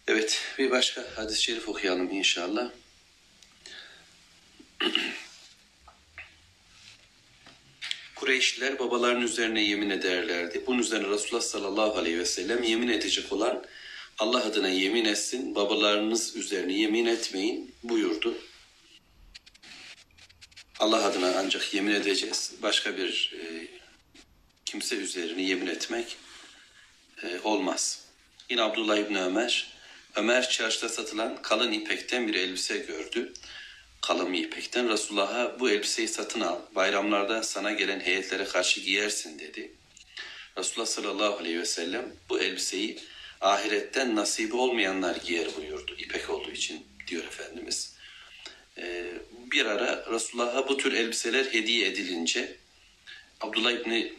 Evet, bir başka hadis-i şerif okuyalım inşallah. Kureyşliler babaların üzerine yemin ederlerdi. Bunun üzerine Resulullah sallallahu aleyhi ve sellem yemin edecek olan Allah adına yemin etsin, babalarınız üzerine yemin etmeyin buyurdu. Allah adına ancak yemin edeceğiz. Başka bir kimse üzerine yemin etmek olmaz. Yine Abdullah İbni Ömer çarşıda satılan kalın ipekten bir elbise gördü. Kalın ipekten Resulullah'a bu elbiseyi satın al, bayramlarda sana gelen heyetlere karşı giyersin dedi. Resulullah sallallahu aleyhi ve sellem bu elbiseyi ahiretten nasibi olmayanlar giyer buyurdu. İpek olduğu için diyor Efendimiz. Bir ara Resulullah'a bu tür elbiseler hediye edilince Abdullah İbni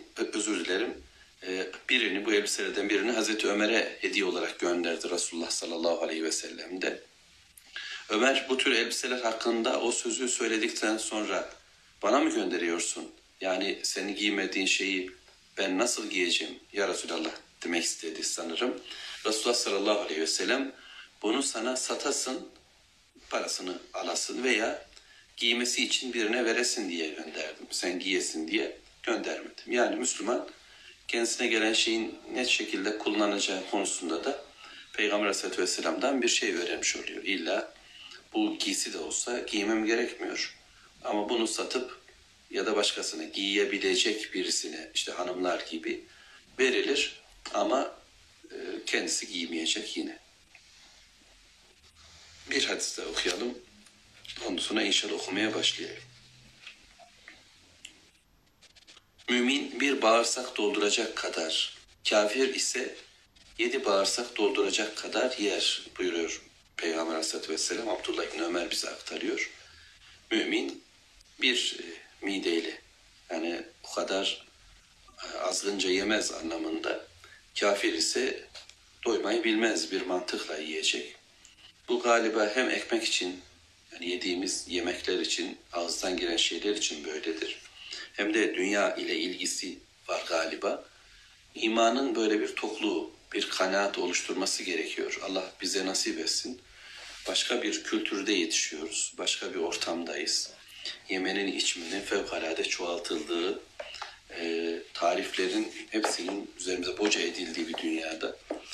bu elbiselerden birini Hazreti Ömer'e hediye olarak gönderdi Resulullah sallallahu aleyhi ve sellem de. Ömer bu tür elbiseler hakkında o sözü söyledikten sonra bana mı gönderiyorsun? Yani senin giymediğin şeyi ben nasıl giyeceğim ya Resulallah demek istedi sanırım. Resulullah sallallahu aleyhi ve sellem bunu sana satasın, parasını alasın veya giymesi için birine veresin diye gönderdim. Sen giyesin diye göndermedim. Yani Müslüman kendisine gelen şeyin net şekilde kullanacağı konusunda da Peygamber aleyhissalatü vesselam'dan bir şey öğrenmiş oluyor. İlla bu giysi de olsa giymem gerekmiyor. Ama bunu satıp ya da başkasına giyebilecek birisine işte hanımlar gibi verilir ama kendisi giymeyecek yine. Bir hadis daha okuyalım. Ondan sonra inşallah okumaya başlayalım. Mümin bir bağırsak dolduracak kadar, kafir ise 7 bağırsak dolduracak kadar yer buyuruyor Peygamber aleyhissalatü vesselam. Abdullah İbni Ömer bize aktarıyor. Mümin bir mideyle, yani o kadar azgınca yemez anlamında. Kafir ise doymayı bilmez bir mantıkla yiyecek. Bu galiba hem ekmek için, yani yediğimiz yemekler için, ağızdan giren şeyler için böyledir. Hem de dünya ile ilgisi var galiba. İmanın böyle bir tokluğu, bir kanaat oluşturması gerekiyor. Allah bize nasip etsin. Başka bir kültürde yetişiyoruz. Başka bir ortamdayız. Yemenin içmenin fevkalade çoğaltıldığı, tariflerin hepsinin üzerimize boca edildiği bir dünyada.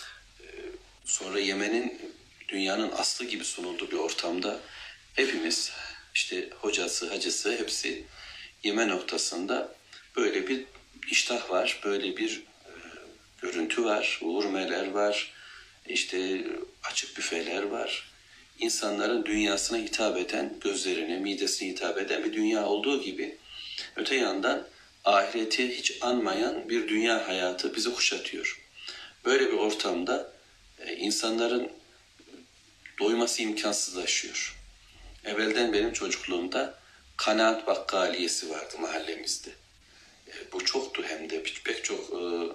Sonra yemenin dünyanın aslı gibi sunulduğu bir ortamda hepimiz işte hocası, hacısı hepsi yeme noktasında böyle bir iştah var, böyle bir görüntü var, gurmeler var, işte açık büfeler var. İnsanların dünyasına hitap eden, gözlerine, midesine hitap eden bir dünya olduğu gibi öte yandan ahireti hiç anmayan bir dünya hayatı bizi kuşatıyor. Böyle bir ortamda insanların doyması imkansızlaşıyor. Evvelden benim çocukluğumda kanaat bakkaliyesi vardı mahallemizde. Bu çoktu hem de pek çok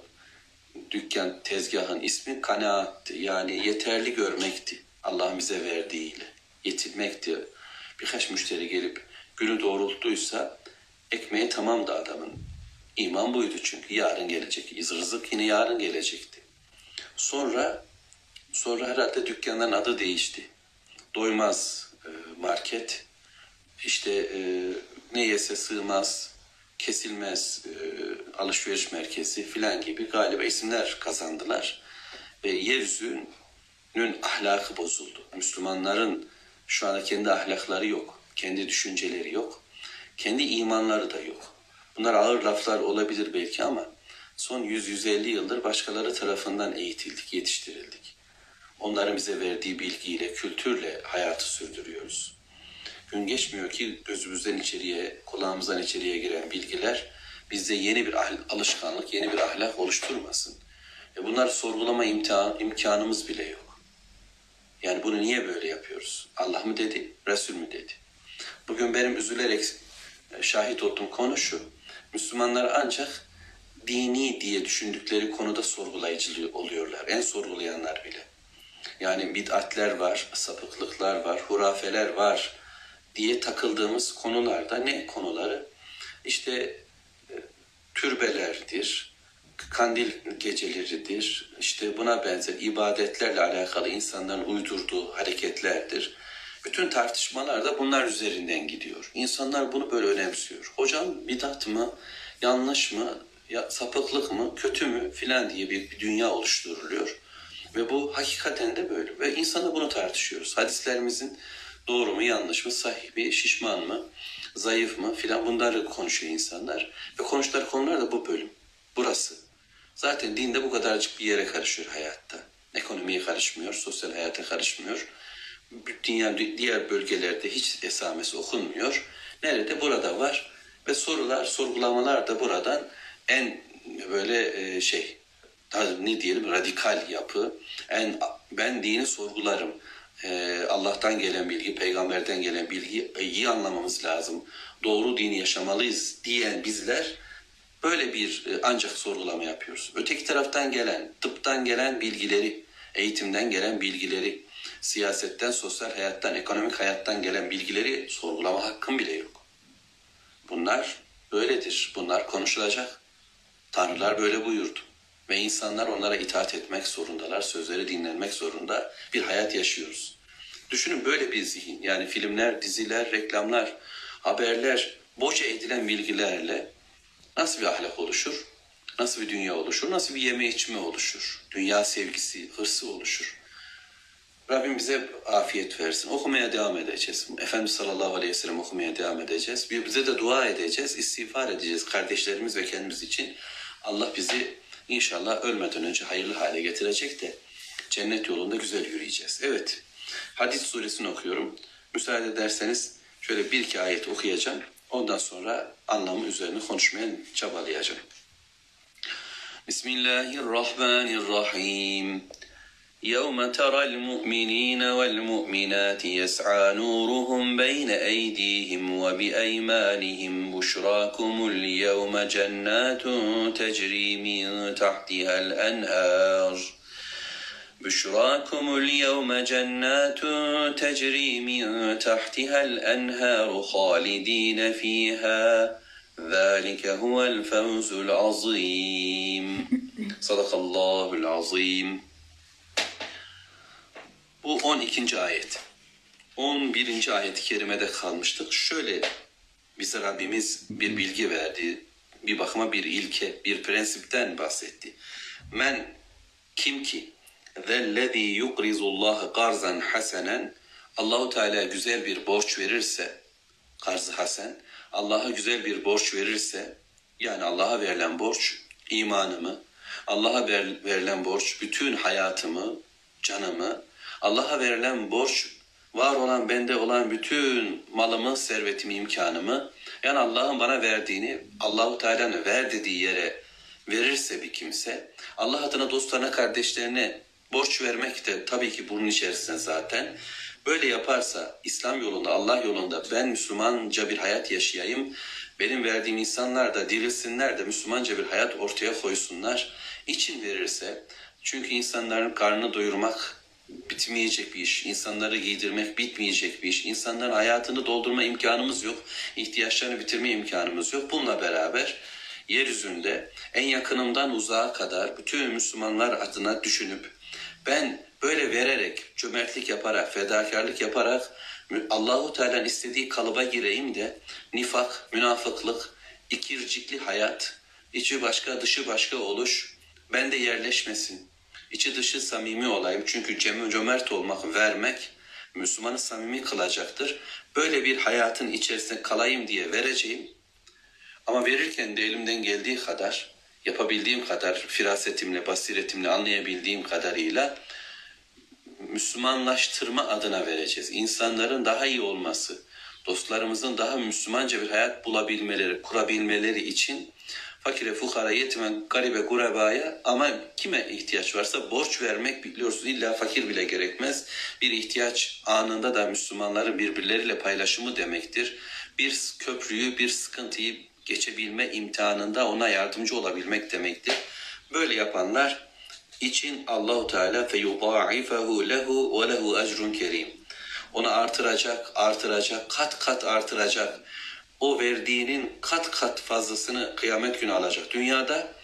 dükkan, tezgahın ismi kanaatti. Yani yeterli görmekti. Allah'ın bize verdiğiyle. Yetinmekti. Birkaç müşteri gelip günü doğrulttuysa ekmeği tamamdı adamın. İman buydu çünkü yarın gelecek. Rızık yine yarın gelecekti. Sonra herhalde dükkanların adı değişti. Doymaz market, işte ne yese sığmaz, kesilmez alışveriş merkezi filan gibi galiba isimler kazandılar. Ve yeryüzünün ahlakı bozuldu. Müslümanların şu anda kendi ahlakları yok, kendi düşünceleri yok, kendi imanları da yok. Bunlar ağır laflar olabilir belki ama son 100-150 yıldır başkaları tarafından eğitildik, yetiştirildik. Onların bize verdiği bilgiyle, kültürle hayatı sürdürüyoruz. Gün geçmiyor ki gözümüzden içeriye, kulağımızdan içeriye giren bilgiler bizde yeni bir alışkanlık, yeni bir ahlak oluşturmasın. Bunları sorgulama imkanımız bile yok. Yani bunu niye böyle yapıyoruz? Allah mı dedi, Resul mü dedi? Bugün benim üzülerek şahit olduğum konu şu. Müslümanlar ancak dini diye düşündükleri konuda sorgulayıcı oluyorlar. En sorgulayanlar bile. Yani bid'atler var, sapıklıklar var, hurafeler var diye takıldığımız konularda ne konuları? İşte türbelerdir, kandil geceleridir. İşte buna benzer ibadetlerle alakalı insanların uydurduğu hareketlerdir. Bütün tartışmalar da bunlar üzerinden gidiyor. İnsanlar bunu böyle önemsiyor. Hocam bidat mı, yanlış mı, ya, sapıklık mı, kötü mü filan diye bir dünya oluşturuluyor. Ve bu hakikaten de böyle. Ve insanla bunu tartışıyoruz. Hadislerimizin doğru mu, yanlış mı, sahih mi, şişman mı, zayıf mı filan bunları konuşuyor insanlar. Ve konuştukları konular da bu bölüm. Burası. Zaten dinde bu kadarcık bir yere karışıyor hayatta. Ekonomiye karışmıyor, sosyal hayata karışmıyor. Dünya diğer bölgelerde hiç esamesi okunmuyor. Nerede? Burada var. Ve sorular, sorgulamalar da buradan en böyle ne diyelim radikal yapı. Ben dini sorgularım. Allah'tan gelen bilgi, peygamberden gelen bilgiyi iyi anlamamız lazım. Doğru dini yaşamalıyız diyen bizler böyle bir ancak sorgulama yapıyoruz. Öteki taraftan gelen, tıptan gelen bilgileri, eğitimden gelen bilgileri, siyasetten, sosyal hayattan, ekonomik hayattan gelen bilgileri sorgulama hakkım bile yok. Bunlar böyledir. Bunlar konuşulacak. Tanrılar böyle buyurdu. Ve insanlar onlara itaat etmek zorundalar. Sözleri dinlenmek zorunda. Bir hayat yaşıyoruz. Düşünün böyle bir zihin. Yani filmler, diziler, reklamlar, haberler, boca edilen bilgilerle nasıl bir ahlak oluşur? Nasıl bir dünya oluşur? Nasıl bir yeme içme oluşur? Dünya sevgisi, hırsı oluşur. Rabbim bize afiyet versin. Okumaya devam edeceğiz. Efendimiz sallallahu aleyhi ve sellem okumaya devam edeceğiz. Birbirimize de dua edeceğiz, istiğfar edeceğiz kardeşlerimiz ve kendimiz için. Allah bizi inşallah ölmeden önce hayırlı hale getirecek de cennet yolunda güzel yürüyeceğiz. Evet, Hadid suresini okuyorum. Müsaade ederseniz şöyle bir iki ayet okuyacağım. Ondan sonra anlamı üzerine konuşmaya çabalayacağım. Bismillahirrahmanirrahim. يَوْمَ تَرَى الْمُؤْمِنِينَ وَالْمُؤْمِنَاتِ يَسْعَى نُورُهُمْ بَيْنَ أَيْدِيهِمْ وَبِأَيْمَانِهِمْ بُشْرَاكُمُ الْيَوْمَ جَنَّاتٌ تَجْرِي مِنْ تَحْتِهَا الْأَنْهَارُ بُشْرَاكُمُ الْيَوْمَ جَنَّاتٌ تَجْرِي مِنْ تَحْتِهَا الْأَنْهَارُ خَالِدِينَ فِيهَا ذَلِكَ هُوَ الْفَوْزُ الْعَظِيمُ صَدَقَ اللّٰهُ الْعَظِيمُ. Bu 12. ayet. 11. ayet-i kerimede kalmıştık. Şöyle bize Rabbimiz bir bilgi verdi. Bir bakıma bir ilke, bir prensipten bahsetti. Men kim ki zellezî yukrizullâhe garzan hasenen Allahu Teala güzel bir borç verirse, karz-ı hasen, Allah'a güzel bir borç verirse, yani Allah'a verilen borç imanımı, Allah'a verilen borç bütün hayatımı, canımı, Allah'a verilen borç var olan, bende olan bütün malımı, servetimi, imkanımı, yani Allah'ın bana verdiğini Allahu Teala'nın ver dediği yere verirse bir kimse, Allah adına dostlarına, kardeşlerine borç vermek de tabii ki bunun içerisinde zaten. Böyle yaparsa İslam yolunda, Allah yolunda ben Müslümanca bir hayat yaşayayım, benim verdiğim insanlar da dirilsinler de Müslümanca bir hayat ortaya koysunlar için verirse, çünkü insanların karnını doyurmak bitmeyecek bir iş, insanları giydirmek bitmeyecek bir iş, insanların hayatını doldurma imkanımız yok, ihtiyaçlarını bitirme imkanımız yok. Bununla beraber yeryüzünde en yakınımdan uzağa kadar bütün Müslümanlar adına düşünüp ben böyle vererek, cömertlik yaparak, fedakarlık yaparak Allahu Teala'nın istediği kalıba gireyim de nifak, münafıklık, ikircikli hayat, içi başka dışı başka oluş bende yerleşmesin. İçi dışı samimi olayım. Çünkü cömert olmak, vermek Müslümanı samimi kılacaktır. Böyle bir hayatın içerisinde kalayım diye vereceğim. Ama verirken de elimden geldiği kadar, yapabildiğim kadar, firasetimle, basiretimle anlayabildiğim kadarıyla Müslümanlaştırma adına vereceğiz. İnsanların daha iyi olması, dostlarımızın daha Müslümanca bir hayat bulabilmeleri, kurabilmeleri için fakire, fukara, yetime, garibe, gurebaya, ama kime ihtiyaç varsa borç vermek, biliyorsunuz illa fakir bile gerekmez. Bir ihtiyaç anında da Müslümanların birbirleriyle paylaşımı demektir. Bir köprüyü, bir sıkıntıyı geçebilme imtihanında ona yardımcı olabilmek demektir. Böyle yapanlar için Allahu Teala feyudâifehu lehu ve lehu ecrun kerim. Onu artıracak, kat kat artıracak. O verdiğinin kat kat fazlasını kıyamet günü alacak. Dünyada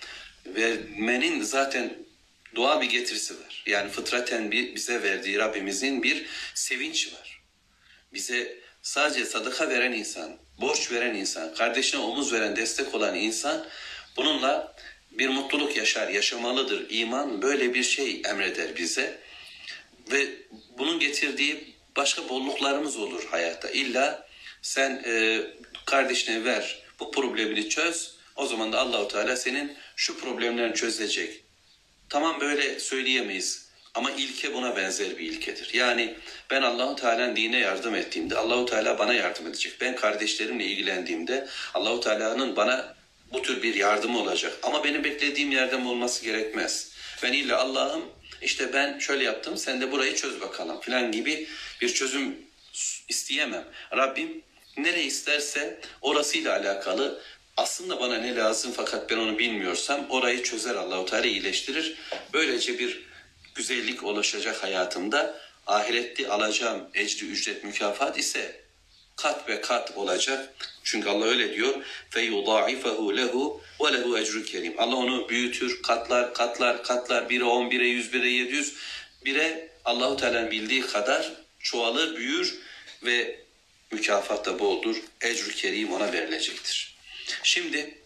vermenin zaten doğal bir getirisi var. Yani fıtraten bize verdiği Rabbimizin bir sevinç var. Bize sadece sadaka veren insan, borç veren insan, kardeşine omuz veren, destek olan insan bununla bir mutluluk yaşar, yaşamalıdır. İman böyle bir şey emreder bize. Ve bunun getirdiği başka bolluklarımız olur hayatta. İlla sen kardeşine ver, bu problemini çöz, o zaman da Allahu Teala senin şu problemlerini çözecek. Tamam, böyle söyleyemeyiz ama ilke buna benzer bir ilkedir. Yani ben Allahu Teala'nın dine yardım ettiğimde Allahu Teala bana yardım edecek. Ben kardeşlerimle ilgilendiğimde Allahu Teala'nın bana bu tür bir yardımı olacak. Ama benim beklediğim yardım olması gerekmez. Ben illa Allah'ım işte ben şöyle yaptım, sen de burayı çöz bakalım falan gibi bir çözüm isteyemem. Rabbim nereye isterse orasıyla alakalı, aslında bana ne lazım fakat ben onu bilmiyorsam orayı çözer Allahu Teala, iyileştirir. Böylece bir güzellik ulaşacak hayatımda. Ahirette alacağım ecri, ücret, mükafat ise kat ve kat olacak. Çünkü Allah öyle diyor. فَيُضَاعِفَهُ لَهُ وَلَهُ اَجْرُ kerim. Allah onu büyütür, katlar, katlar, katlar. 1'e 10, 1'e 100, 1'e 700. 1'e Allahu Teala'nın bildiği kadar çoğalır, büyür ve mükafat da boldur. Ecr-ü kerim ona verilecektir. Şimdi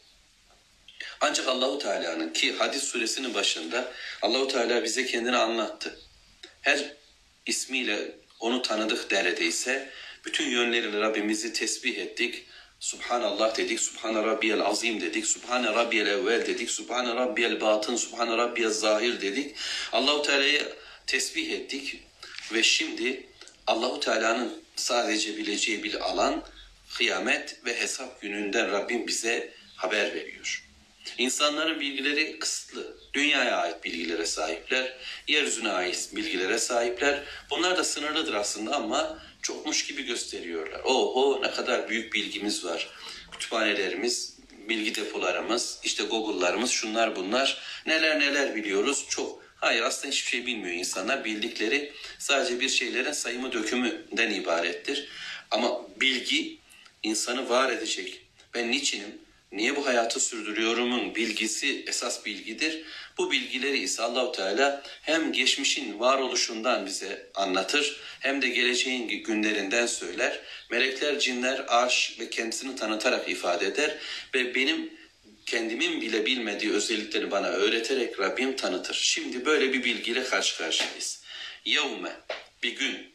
ancak Allahu Teala'nın, ki Hadis suresinin başında Allahu Teala bize kendini anlattı. Her ismiyle onu tanıdık neredeyse. Bütün yönleriyle Rabbimizi tesbih ettik. Subhanallah dedik, Subhane Rabbiyel Azim dedik, Subhane Rabbiyel Evvel dedik, Subhane Rabbiyel Batın, Subhane Rabbiyel Zahir dedik. Allahu Teala'yı tesbih ettik ve şimdi Allahu Teala'nın sadece bileceği bir alan, kıyamet ve hesap gününden Rabbim bize haber veriyor. İnsanların bilgileri kısıtlı. Dünyaya ait bilgilere sahipler, yeryüzüne ait bilgilere sahipler. Bunlar da sınırlıdır aslında ama çokmuş gibi gösteriyorlar. Oho, ne kadar büyük bilgimiz var. Kütüphanelerimiz, bilgi depolarımız, işte Google'larımız, şunlar bunlar. Neler neler biliyoruz, çok. Hayır, aslında hiçbir şey bilmiyor insanlar. Bildikleri sadece bir şeylerin sayımı dökümünden ibarettir. Ama bilgi insanı var edecek. Ben niçinim? Niye bu hayatı sürdürüyorumun bilgisi esas bilgidir. Bu bilgileri ise Allahu Teala hem geçmişin varoluşundan bize anlatır hem de geleceğin günlerinden söyler. Melekler, cinler, arş ve kendisini tanıtarak ifade eder ve benim kendimin bile bilmediği özellikleri bana öğreterek Rabbim tanıtır. Şimdi böyle bir bilgiyle karşı karşıyayız. Yevme, bir gün.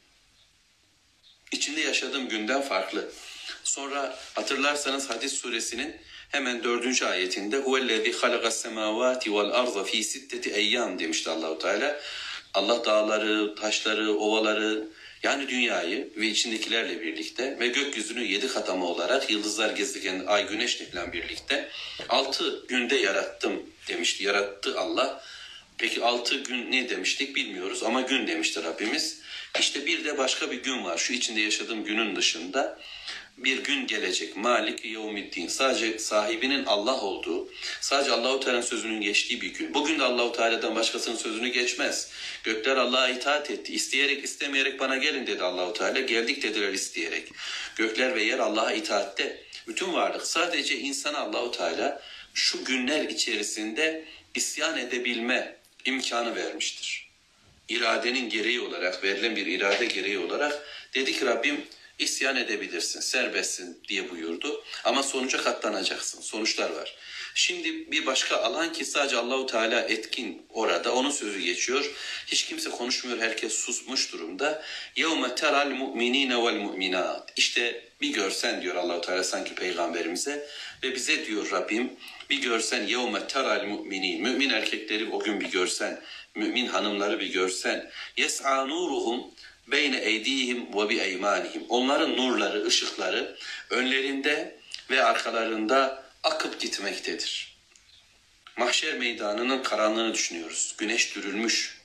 İçinde yaşadığım günden farklı. Sonra hatırlarsanız Hadis suresinin hemen 4. ayetinde huvellezî halakas semâvâti vel arza fî sitteti eyyâm demişti Allahu Teala. Allah dağları, taşları, ovaları, yani dünyayı ve içindekilerle birlikte ve gökyüzünü 7 katama olarak yıldızlar, gezegen, ay, güneşle falan birlikte 6 günde yarattım demişti. Yarattı Allah. Peki 6 gün ne demiştik bilmiyoruz ama gün demişti Rabbimiz. İşte bir de başka bir gün var. Şu içinde yaşadığım günün dışında bir gün gelecek. Malik yevmiddin. Sadece sahibinin Allah olduğu, sadece Allahu Teala'nın sözünün geçtiği bir gün. Bugün de Allahu Teala'dan başkasının sözünü geçmez. Gökler Allah'a itaat etti. İsteyerek istemeyerek bana gelin dedi Allahu Teala. Geldik dediler isteyerek. Gökler ve yer Allah'a itaatte. Bütün varlık, sadece insana Allahu Teala şu günler içerisinde isyan edebilme imkanı vermiştir. İradenin gereği olarak, verilen bir irade gereği olarak dedi ki Rabbim isyan edebilirsin, serbestsin diye buyurdu. Ama sonuca katlanacaksın. Sonuçlar var. Şimdi bir başka alan ki sadece Allahu Teala etkin orada. Onun sözü geçiyor. Hiç kimse konuşmuyor. Herkes susmuş durumda. يَوْمَ تَرَى الْمُؤْمِنِينَ وَالْمُؤْمِنَاتِ İşte bir görsen diyor Allahu Teala sanki peygamberimize ve bize diyor Rabbim, bir görsen يَوْمَ تَرَى الْمُؤْمِنِينَ Mümin erkekleri o gün bir görsen, mümin hanımları bir görsen. يَسْعَى نُورُهُمْ beyne eydihim ve bi eymanihim. Onların nurları, ışıkları önlerinde ve arkalarında akıp gitmektedir. Mahşer meydanının karanlığını düşünüyoruz. Güneş dürülmüş.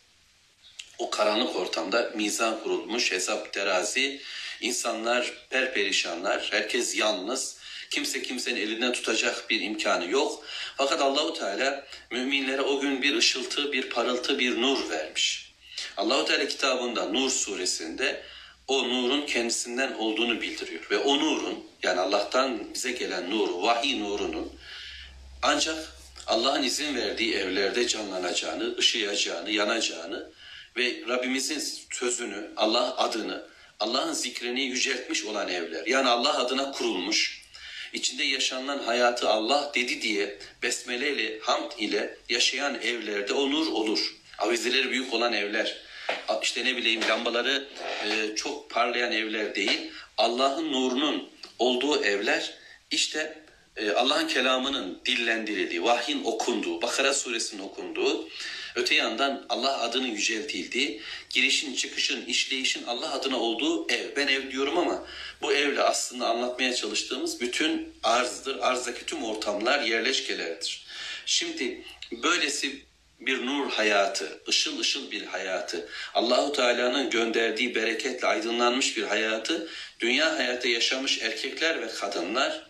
O karanlık ortamda mizan kurulmuş, hesap, terazi, insanlar perperişanlar, herkes yalnız. Kimse kimsenin elinden tutacak bir imkanı yok. Fakat Allahu Teala müminlere o gün bir ışıltı, bir parıltı, bir nur vermiş. Allahu Teala kitabında Nur suresinde o nurun kendisinden olduğunu bildiriyor. Ve o nurun, yani Allah'tan bize gelen nuru, vahiy nurunun ancak Allah'ın izin verdiği evlerde canlanacağını, ışıyacağını, yanacağını ve Rabbimizin sözünü, Allah adını, Allah'ın zikrini yüceltmiş olan evler. Yani Allah adına kurulmuş, içinde yaşanılan hayatı Allah dedi diye besmele ile, hamd ile yaşayan evlerde o nur olur. Avizeleri büyük olan evler, işte ne bileyim lambaları çok parlayan evler değil, Allah'ın nurunun olduğu evler, işte Allah'ın kelamının dillendirildiği, vahyin okunduğu, Bakara suresinin okunduğu, öte yandan Allah adının yüceltildiği, girişin, çıkışın, işleyişin Allah adına olduğu ev. Ben ev diyorum ama bu evle aslında anlatmaya çalıştığımız bütün arzdır. Arzdaki tüm ortamlar yerleşkelerdir. Şimdi böylesi bir nur hayatı, ışıl ışıl bir hayatı, Allahu Teala'nın gönderdiği bereketle aydınlanmış bir hayatı, dünya hayatı yaşamış erkekler ve kadınlar,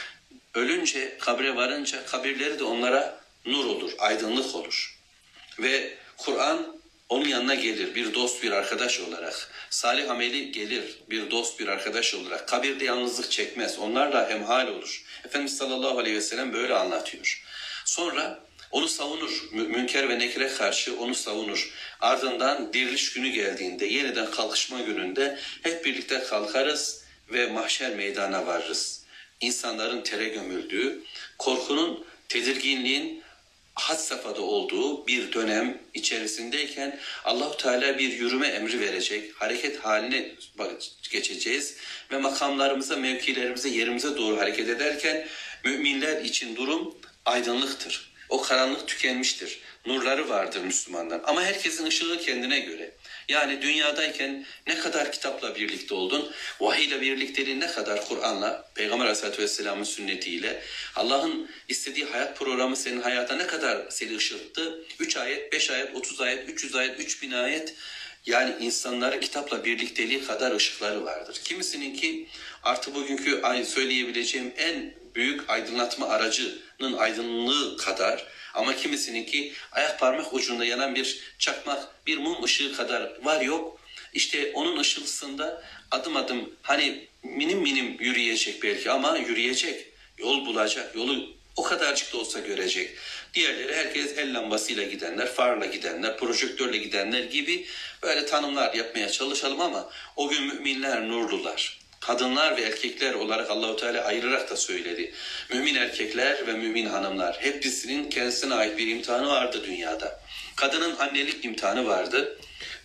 ölünce, kabre varınca kabirleri de onlara nur olur, aydınlık olur. Ve Kur'an onun yanına gelir bir dost, bir arkadaş olarak. Salih ameli gelir bir dost, bir arkadaş olarak. Kabirde yalnızlık çekmez, onlarla hemhal olur. Efendimiz sallallahu aleyhi ve sellem böyle anlatıyor. Sonra onu savunur, münker ve nekire karşı onu savunur. Ardından diriliş günü geldiğinde, yeniden kalkışma gününde hep birlikte kalkarız ve mahşer meydana varırız. İnsanların tere gömüldüğü, korkunun, tedirginliğin had safhada olduğu bir dönem içerisindeyken Allah-u Teala bir yürüme emri verecek, hareket haline geçeceğiz ve makamlarımıza, mevkilerimize, yerimize doğru hareket ederken müminler için durum aydınlıktır. O karanlık tükenmiştir. Nurları vardır Müslümanların. Ama herkesin ışığı kendine göre. Yani dünyadayken ne kadar kitapla birlikte oldun, vahiyle birlikteliğin ne kadar Kur'an'la, Peygamber Aleyhisselatü Vesselam'ın sünnetiyle, Allah'ın istediği hayat programı senin hayata ne kadar seni ışılttı? 3 ayet, 5 ayet, 30 ayet, 300 ayet, 3000 ayet. Yani insanların kitapla birlikteliği kadar ışıkları vardır. Kimisininki artı bugünkü söyleyebileceğim en büyük aydınlatma aracının aydınlığı kadar, ama kimisininki ayak parmak ucunda yanan bir çakmak, bir mum ışığı kadar var yok. İşte onun ışıltısında adım adım hani minim minim yürüyecek belki ama yürüyecek, yol bulacak, yolu o kadarcık da olsa görecek. Diğerleri herkes el lambasıyla gidenler, farla gidenler, projektörle gidenler gibi böyle tanımlar yapmaya çalışalım ama o gün müminler nurlular. Kadınlar ve erkekler olarak Allah-u Teala ayırarak da söyledi. Mümin erkekler ve mümin hanımlar hepsinin kendisine ait bir imtihanı vardı dünyada. Kadının annelik imtihanı vardı.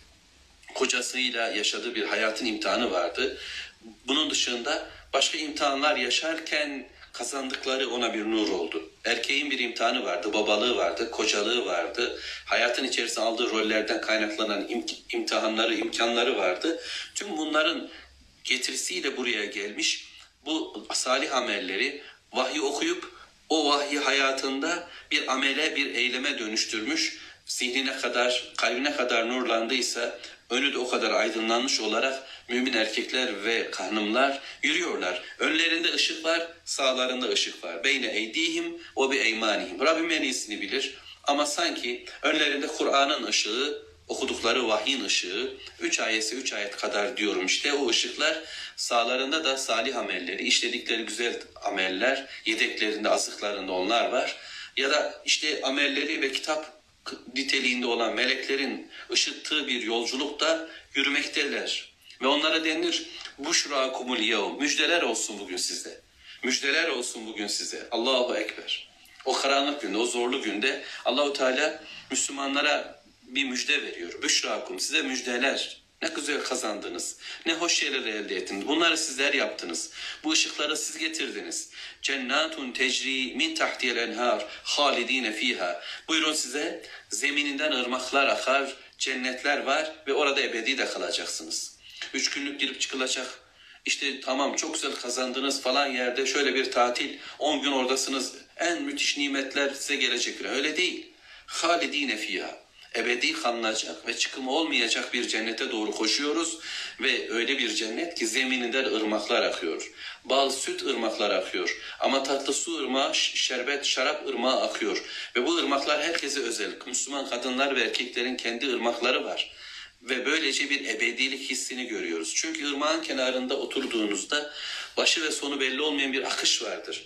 Kocasıyla yaşadığı bir hayatın imtihanı vardı. Bunun dışında başka imtihanlar yaşarken kazandıkları ona bir nur oldu. Erkeğin bir imtihanı vardı, babalığı vardı, kocalığı vardı. Hayatın içerisinde aldığı rollerden kaynaklanan imtihanları, imkanları vardı. Tüm bunların getirisiyle buraya gelmiş, bu salih amelleri vahyi okuyup o vahyi hayatında bir amele, bir eyleme dönüştürmüş, zihnine kadar, kalbine kadar nurlandıysa önü de o kadar aydınlanmış olarak mümin erkekler ve hanımlar yürüyorlar. Önlerinde ışık var, sağlarında ışık var. Beyne eydihim ve bi eymanihim. Rabbim en iyisini bilir ama sanki önlerinde Kur'an'ın ışığı, okudukları vahyin ışığı, 3 ayetse 3 ayet kadar diyorum işte o ışıklar, sağlarında da salih amelleri, işledikleri güzel ameller, yedeklerinde, azıklarında onlar var. Ya da işte amelleri ve kitap niteliğinde olan meleklerin ışıttığı bir yolculukta yürümekteler. Ve onlara denir, buşrakumul yevm, müjdeler olsun bugün size. Müjdeler olsun bugün size. Allahu Ekber. O karanlık günde, o zorlu günde Allahu Teala Müslümanlara bir müjde veriyor. Büşrakum, size müjdeler. Ne güzel kazandınız. Ne hoş şeyler elde ettiniz. Bunları sizler yaptınız. Bu ışıkları siz getirdiniz. Cennatun tecri min tahtiyel enhar halidine fiha. Buyurun size zemininden ırmaklar akar, cennetler var ve orada ebedi de kalacaksınız. 3 günlük girip çıkılacak. İşte tamam çok güzel kazandınız falan yerde şöyle bir tatil, 10 gün oradasınız. En müthiş nimetler size gelecek. Öyle değil. Halidine fiha. Ebedi kalınacak ve çıkımı olmayacak bir cennete doğru koşuyoruz ve öyle bir cennet ki zemininden ırmaklar akıyor. Bal, süt ırmaklar akıyor ama tatlı su ırmağı, şerbet, şarap ırmağı akıyor ve bu ırmaklar herkese özel. Müslüman kadınlar ve erkeklerin kendi ırmakları var ve böylece bir ebedilik hissini görüyoruz. Çünkü ırmağın kenarında oturduğunuzda başı ve sonu belli olmayan bir akış vardır.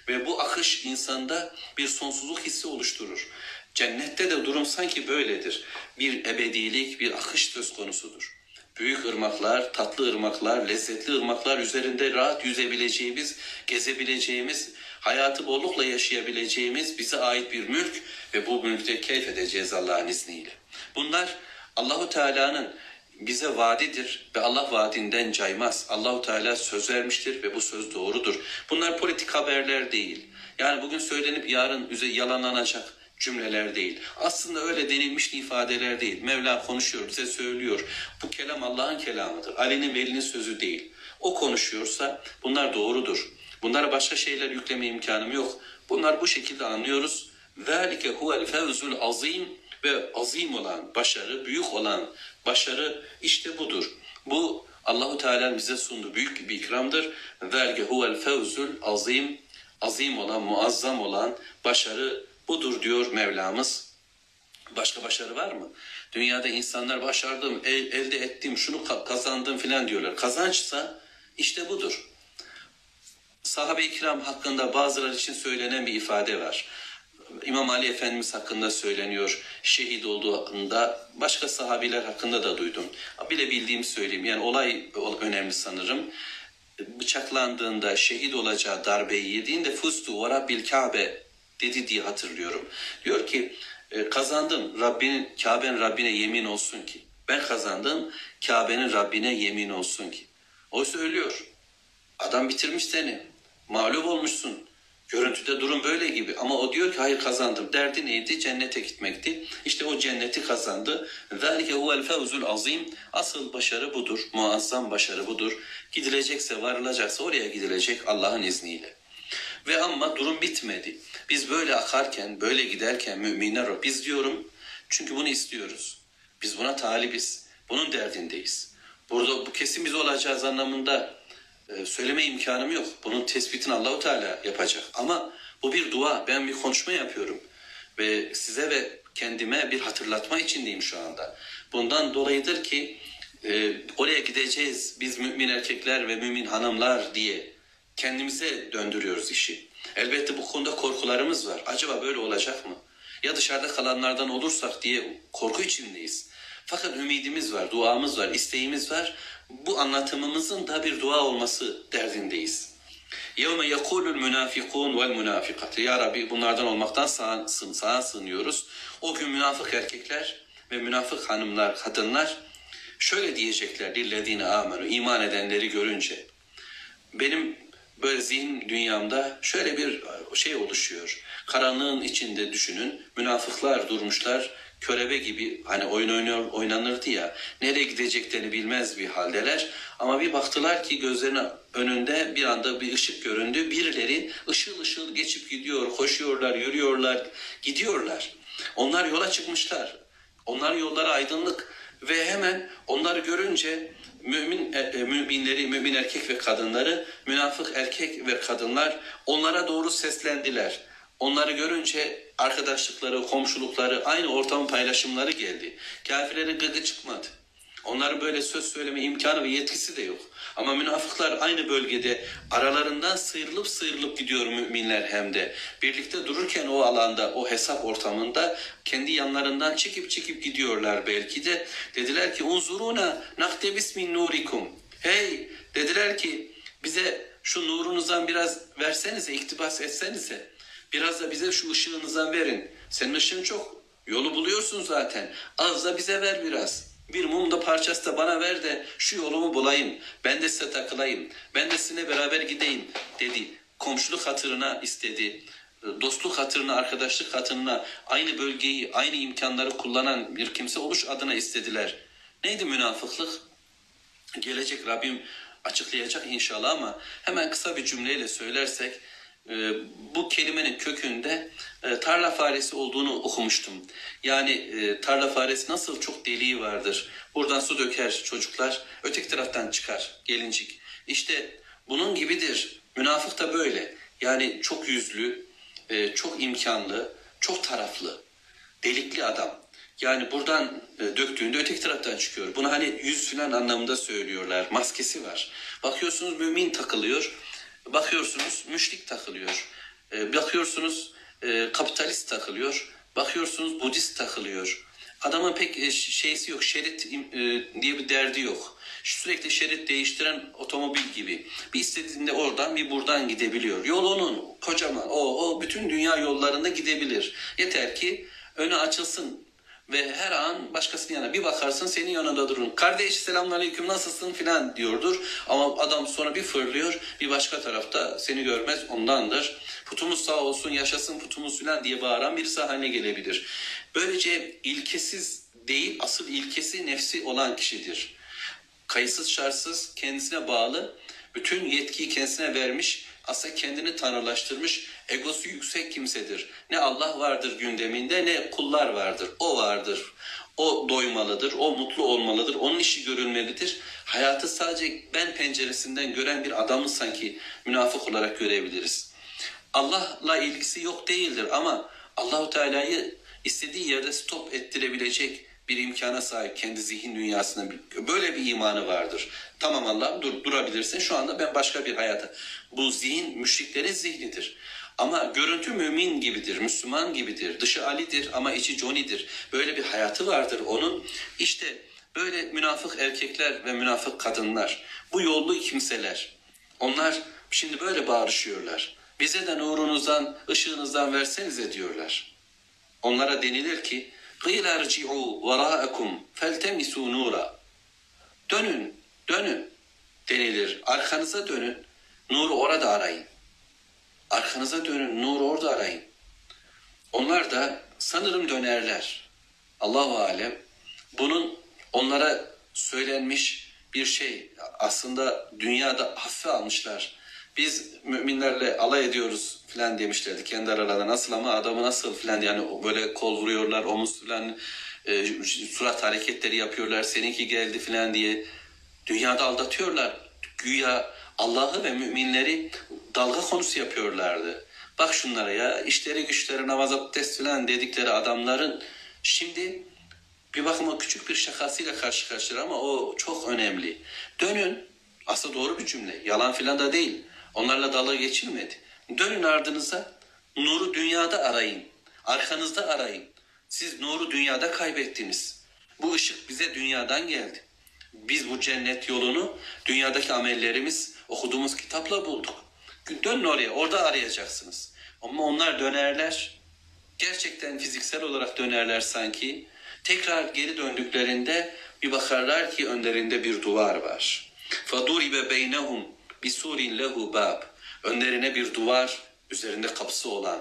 Ve bu akış insanda bir sonsuzluk hissi oluşturur. Cennette de durum sanki böyledir. Bir ebedilik, bir akış söz konusudur. Büyük ırmaklar, tatlı ırmaklar, lezzetli ırmaklar üzerinde rahat yüzebileceğimiz, gezebileceğimiz, hayatı bollukla yaşayabileceğimiz bize ait bir mülk ve bu mülkte keyif edeceğiz Allah'ın izniyle. Bunlar Allahu Teala'nın bize vaadidir ve Allah vaadinden caymaz. Allahu Teala söz vermiştir ve bu söz doğrudur. Bunlar politik haberler değil. Yani bugün söylenip yarın yalanlanacak cümleler değil. Aslında öyle denilmiş ifadeler değil. Mevla konuşuyor, bize söylüyor. Bu kelam Allah'ın kelamıdır. Ali'nin velinin sözü değil. O konuşuyorsa bunlar doğrudur. Bunlara başka şeyler yükleme imkanım yok. Bunlar bu şekilde anlıyoruz. ذَٰلِكَ هُوَ الْفَوْزُ الْعَظِيمُ Ve azim olan başarı, büyük olan başarı işte budur. Bu Allahu Teala'nın bize sunduğu büyük bir ikramdır. ذَٰلِكَ هُوَ الْفَوْزُ الْعَظِيمُ Azim olan, muazzam olan başarı budur diyor Mevlamız. Başka başarı var mı? Dünyada insanlar başardım, elde ettim, şunu kazandım filan diyorlar. Kazançsa işte budur. Sahabe-i kiram hakkında bazıları için söylenen bir ifade var. İmam Ali Efendimiz hakkında söyleniyor, şehit olduğu hakkında, başka sahabiler hakkında da duydum. Bile bildiğimi söyleyeyim, yani olay önemli sanırım. Bıçaklandığında şehit olacağı darbeyi yediğinde fustu ve rabbil Kabe dedi diye hatırlıyorum. Diyor ki kazandım, Kabe'nin Rabbine yemin olsun ki. Ben kazandım, Kabe'nin Rabbine yemin olsun ki. O söylüyor. Adam bitirmiş seni. Mağlup olmuşsun. Görüntüde durum böyle gibi. Ama o diyor ki hayır kazandım. Derdi neydi? Cennete gitmekti. İşte o cenneti kazandı. ذَٰلِكَ هُوَ الْفَوْزُ الْعَظِيمُ Asıl başarı budur. Muazzam başarı budur. Gidilecekse, varılacaksa oraya gidilecek Allah'ın izniyle. Ve ama durum bitmedi. Biz böyle akarken, böyle giderken müminler, biz diyorum çünkü bunu istiyoruz. Biz buna talibiz. Bunun derdindeyiz. Burada bu kesin biz olacağız anlamında söyleme imkanım yok. Bunun tespitini Allahu Teala yapacak. Ama bu bir dua. Ben bir konuşma yapıyorum. Ve size ve kendime bir hatırlatma içindeyim şu anda. Bundan dolayıdır ki oraya gideceğiz biz mümin erkekler ve mümin hanımlar diye kendimize döndürüyoruz işi. Elbette bu konuda korkularımız var. Acaba böyle olacak mı? Ya dışarıda kalanlardan olursak diye korku içindeyiz. Fakat ümidimiz var, duamız var, isteğimiz var. Bu anlatımımızın da bir dua olması derdindeyiz. يَوْمَ يَقُولُ الْمُنَافِقُونَ وَالْمُنَافِقَةِ Ya Rabbi bunlardan olmaktan sağa sığınıyoruz. O gün münafık erkekler ve münafık hanımlar, kadınlar şöyle diyecekler. لِلَّذ۪ينَ آمَنُوا İman edenleri görünce. Benim böyle zihin dünyamda şöyle bir şey oluşuyor. Karanlığın içinde düşünün. Münafıklar durmuşlar. Körebe gibi hani oyun oynanırdı ya. Nereye gideceklerini bilmez bir haldeler. Ama bir baktılar ki gözlerinin önünde bir anda bir ışık göründü. Birileri ışıl ışıl geçip gidiyor. Koşuyorlar, yürüyorlar, gidiyorlar. Onlar yola çıkmışlar. Onların yolları aydınlık. Ve hemen onları görünce müminleri, mümin erkek ve kadınları, münafık erkek ve kadınlar onlara doğru seslendiler. Onları görünce arkadaşlıkları, komşulukları, aynı ortamın paylaşımları geldi. Kafirlerin gıkı çıkmadı. Onların böyle söz söyleme imkanı ve yetkisi de yok. Ama münafıklar aynı bölgede aralarından sıyrılıp gidiyor müminler hem de. Birlikte dururken o alanda, o hesap ortamında kendi yanlarından çekip gidiyorlar belki de. Dediler ki unzuruna naktebis min nurikum. Hey dediler ki bize şu nurunuzdan biraz versenize, iktibas etsenize. Biraz da bize şu ışığınızdan verin. Senin ışığın çok. Yolu buluyorsun zaten. Az da bize ver biraz. Bir mum da parçası da bana ver de şu yolumu bulayım. Ben de size takılayım. Ben de sizinle beraber gideyim dedi. Komşuluk hatırına istedi. Dostluk hatırına, arkadaşlık hatırına aynı bölgeyi, aynı imkanları kullanan bir kimse oluş adına istediler. Neydi münafıklık? Gelecek Rabbim açıklayacak inşallah ama hemen kısa bir cümleyle söylersek bu kelimenin kökünde tarla faresi olduğunu okumuştum. Yani tarla faresi nasıl çok deliği vardır. Buradan su döker çocuklar, öteki taraftan çıkar gelincik. İşte bunun gibidir. Münafık da böyle. Yani çok yüzlü, çok imkanlı, çok taraflı, delikli adam. Yani buradan döktüğünde öteki taraftan çıkıyor. Bunu hani yüz filan anlamında söylüyorlar. Maskesi var. Bakıyorsunuz mümin takılıyor. Bakıyorsunuz müşrik takılıyor. Bakıyorsunuz kapitalist takılıyor. Bakıyorsunuz Budist takılıyor. Adamın pek şeysi yok. Şerit diye bir derdi yok. Sürekli şerit değiştiren otomobil gibi. Bir istediğinde oradan bir buradan gidebiliyor. Yol onun. Kocaman. O bütün dünya yollarında gidebilir. Yeter ki önü açılsın. Ve her an başkasının yanına bir bakarsın senin yanında durun. Kardeş selamünaleyküm nasılsın filan diyordur. Ama adam sonra bir fırlıyor bir başka tarafta seni görmez ondandır. Putumuz sağ olsun yaşasın putumuz filan diye bağıran birisi haline gelebilir. Böylece ilkesiz değil asıl ilkesi nefsi olan kişidir. Kayıtsız şartsız kendisine bağlı bütün yetkiyi kendisine vermiş aslında kendini tanrılaştırmış egosu yüksek kimsedir. Ne Allah vardır gündeminde ne kullar vardır. O vardır. O doymalıdır. O mutlu olmalıdır. Onun işi görülmelidir. Hayatı sadece ben penceresinden gören bir adamı sanki münafık olarak görebiliriz. Allah'la ilgisi yok değildir ama Allahu Teala'yı istediği yerde stop ettirebilecek bir imkana sahip kendi zihin dünyasında böyle bir imanı vardır. Tamam Allah durabilirsin şu anda ben başka bir hayata. Bu zihin müşriklerin zihnidir. Ama görüntü mümin gibidir, Müslüman gibidir. Dışı Ali'dir ama içi Johnny'dir. Böyle bir hayatı vardır onun. İşte böyle münafık erkekler ve münafık kadınlar, bu yollu kimseler. Onlar şimdi böyle bağırışıyorlar. Bize de nurunuzdan, ışığınızdan versenize diyorlar. Onlara denilir ki قِيلَ ارْجِعُوا وَرَاءَكُمْ فَالْتَمِسُوا نُورًا Dönün denilir. Arkanıza dönün. Nuru orada arayın. Arkanıza dönün. Nuru orada arayın. Onlar da sanırım dönerler. Allahu alem. Bunun onlara söylenmiş bir şey. Aslında dünyada hafife almışlar. Biz müminlerle alay ediyoruz filan demişlerdi kendi aralarında nasıl ama adamı nasıl filan yani böyle kol vuruyorlar omuz filan surat hareketleri yapıyorlar seninki geldi filan diye dünyada aldatıyorlar. Güya Allah'ı ve müminleri dalga konusu yapıyorlardı. Bak şunlara ya işleri güçleri namaz abdest filan dedikleri adamların şimdi bir bakıma küçük bir şakasıyla karşı karşıya ama o çok önemli. Dönün aslında doğru bir cümle yalan filan da değil. Onlarla dalga geçilmedi. Dönün ardınıza, nuru dünyada arayın. Arkanızda arayın. Siz nuru dünyada kaybettiniz. Bu ışık bize dünyadan geldi. Biz bu cennet yolunu dünyadaki amellerimiz, okuduğumuz kitapla bulduk. Dönün oraya, orada arayacaksınız. Ama onlar dönerler. Gerçekten fiziksel olarak dönerler sanki. Tekrar geri döndüklerinde bir bakarlar ki önlerinde bir duvar var. فَضُرِبَ بَيْنَهُمْ بِسُورٍ لَهُ بَابٍ Önlerine bir duvar, üzerinde kapısı olan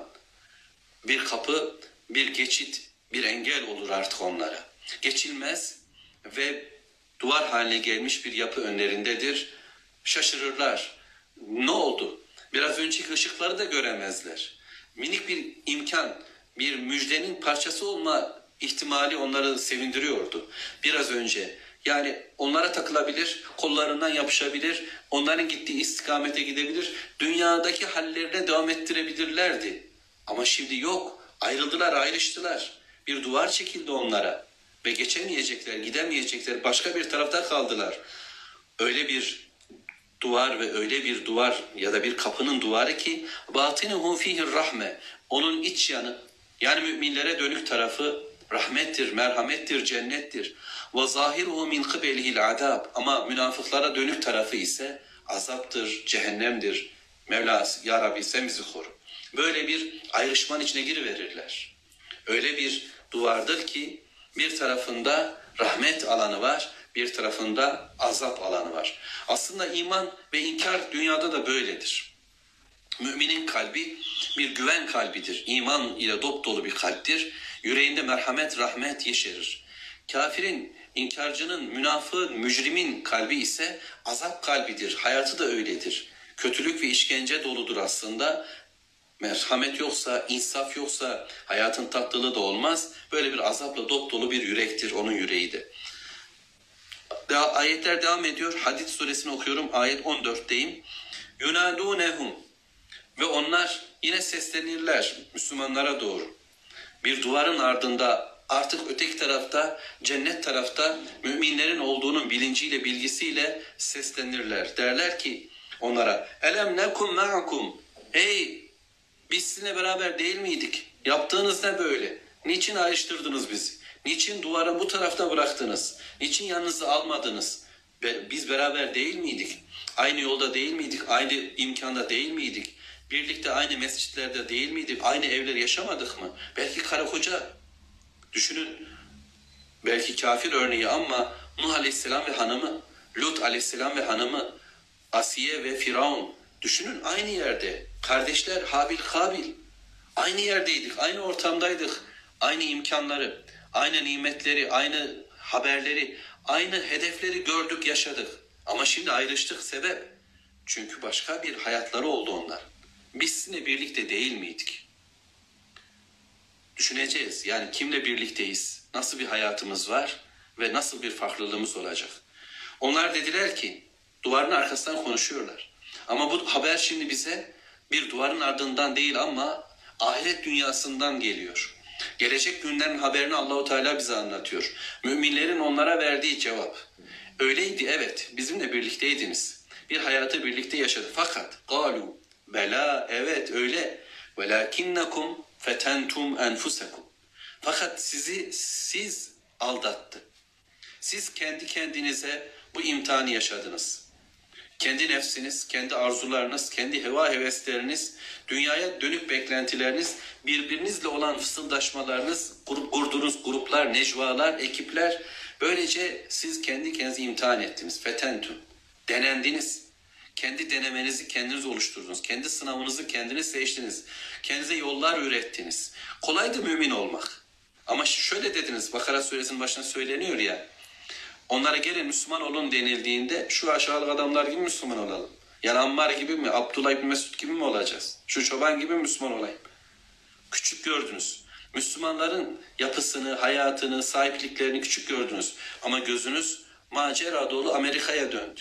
bir kapı, bir geçit, bir engel olur artık onlara. Geçilmez ve duvar haline gelmiş bir yapı önlerindedir. Şaşırırlar. Ne oldu? Biraz önceki ışıkları da göremezler. Minik bir imkan, bir müjdenin parçası olma ihtimali onları sevindiriyordu. Biraz önce yani onlara takılabilir, kollarından yapışabilir, onların gittiği istikamete gidebilir, dünyadaki hallerine devam ettirebilirlerdi. Ama şimdi yok, ayrıldılar, ayrıştılar. Bir duvar çekildi onlara ve geçemeyecekler, gidemeyecekler, başka bir tarafta kaldılar. Öyle bir duvar ve öyle bir duvar ya da bir kapının duvarı ki batinuhu fihir rahme, onun iç yanı yani müminlere dönük tarafı rahmettir, merhamettir, cennettir. Ve zahiruhu min kıbelihil adab. Ama münafıklara dönük tarafı ise azaptır, cehennemdir. Mevla ya Rabbi sen bizi koru. Böyle bir ayrışmanın içine giriverirler. Öyle bir duvardır ki bir tarafında rahmet alanı var, bir tarafında azap alanı var. Aslında iman ve inkar dünyada da böyledir. Müminin kalbi bir güven kalbidir. İman ile dopdolu bir kalptir. Yüreğinde merhamet, rahmet yeşerir. Kafirin, inkarcının, münafığın, mücrimin kalbi ise azap kalbidir. Hayatı da öyledir. Kötülük ve işkence doludur aslında. Merhamet yoksa, insaf yoksa hayatın tatlılığı da olmaz. Böyle bir azapla dopdolu bir yürektir onun yüreği de. Ayetler devam ediyor. Hadid suresini okuyorum. Ayet 14'teyim. Yunadunehum ve onlar yine seslenirler Müslümanlara doğru. Bir duvarın ardında artık öteki tarafta, cennet tarafta müminlerin olduğunun bilinciyle, bilgisiyle seslenirler. Derler ki onlara, elem nekum ma'akum, hey Biz sizinle beraber değil miydik? Yaptığınız ne böyle? Niçin ayrıştırdınız bizi? Niçin duvara bu tarafta bıraktınız? Niçin yanınıza almadınız? Biz beraber değil miydik? Aynı yolda değil miydik? Aynı imkanda değil miydik? Birlikte aynı mescitlerde değil miydik? Aynı evler yaşamadık mı? Belki karı koca, düşünün. Belki kafir örneği ama Nuh Aleyhisselam ve hanımı, Lut Aleyhisselam ve hanımı, Asiye ve Firavun. Düşünün, aynı yerde. Kardeşler Habil Kabil. Aynı yerdeydik, aynı ortamdaydık. Aynı imkanları, aynı nimetleri, aynı haberleri, aynı hedefleri gördük, yaşadık. Ama şimdi ayrıştık, sebep. Çünkü başka bir hayatları oldu onlar. Biz sizinle birlikte değil miydik? Düşüneceğiz. Yani kimle birlikteyiz? Nasıl bir hayatımız var? Ve nasıl bir farklılığımız olacak? Onlar dediler ki, duvarın arkasından konuşuyorlar. Ama bu haber şimdi bize bir duvarın ardından değil ama ahiret dünyasından geliyor. Gelecek günlerin haberini Allahu Teala bize anlatıyor. Müminlerin onlara verdiği cevap. Öyleydi, evet, bizimle birlikteydiniz. Bir hayatı birlikte yaşadık. Fakat galu, bela, evet öyle. Velakinnekum fetentum enfusekum. Fakat siz aldattı. Siz kendi kendinize bu imtihanı yaşadınız. Kendi nefsiniz, kendi arzularınız, kendi heva hevesleriniz, dünyaya dönük beklentileriniz, birbirinizle olan fısıldaşmalarınız, kurduğunuz gruplar, necvalar, ekipler, böylece siz kendi kendinizi imtihan ettiniz. Fetentüm, denendiniz. Kendi denemenizi kendiniz oluşturdunuz. Kendi sınavınızı kendiniz seçtiniz. Kendinize yollar ürettiniz. Kolaydı mümin olmak. Ama şöyle dediniz, Bakara suresinin başına söyleniyor ya, onlara gelin Müslüman olun denildiğinde şu aşağılık adamlar gibi Müslüman olalım. Yani Ammar gibi mi, Abdullah ibn Mesud gibi mi olacağız? Şu çoban gibi Müslüman olayım. Küçük gördünüz. Müslümanların yapısını, hayatını, sahipliklerini küçük gördünüz. Ama gözünüz macera dolu Amerika'ya döndü.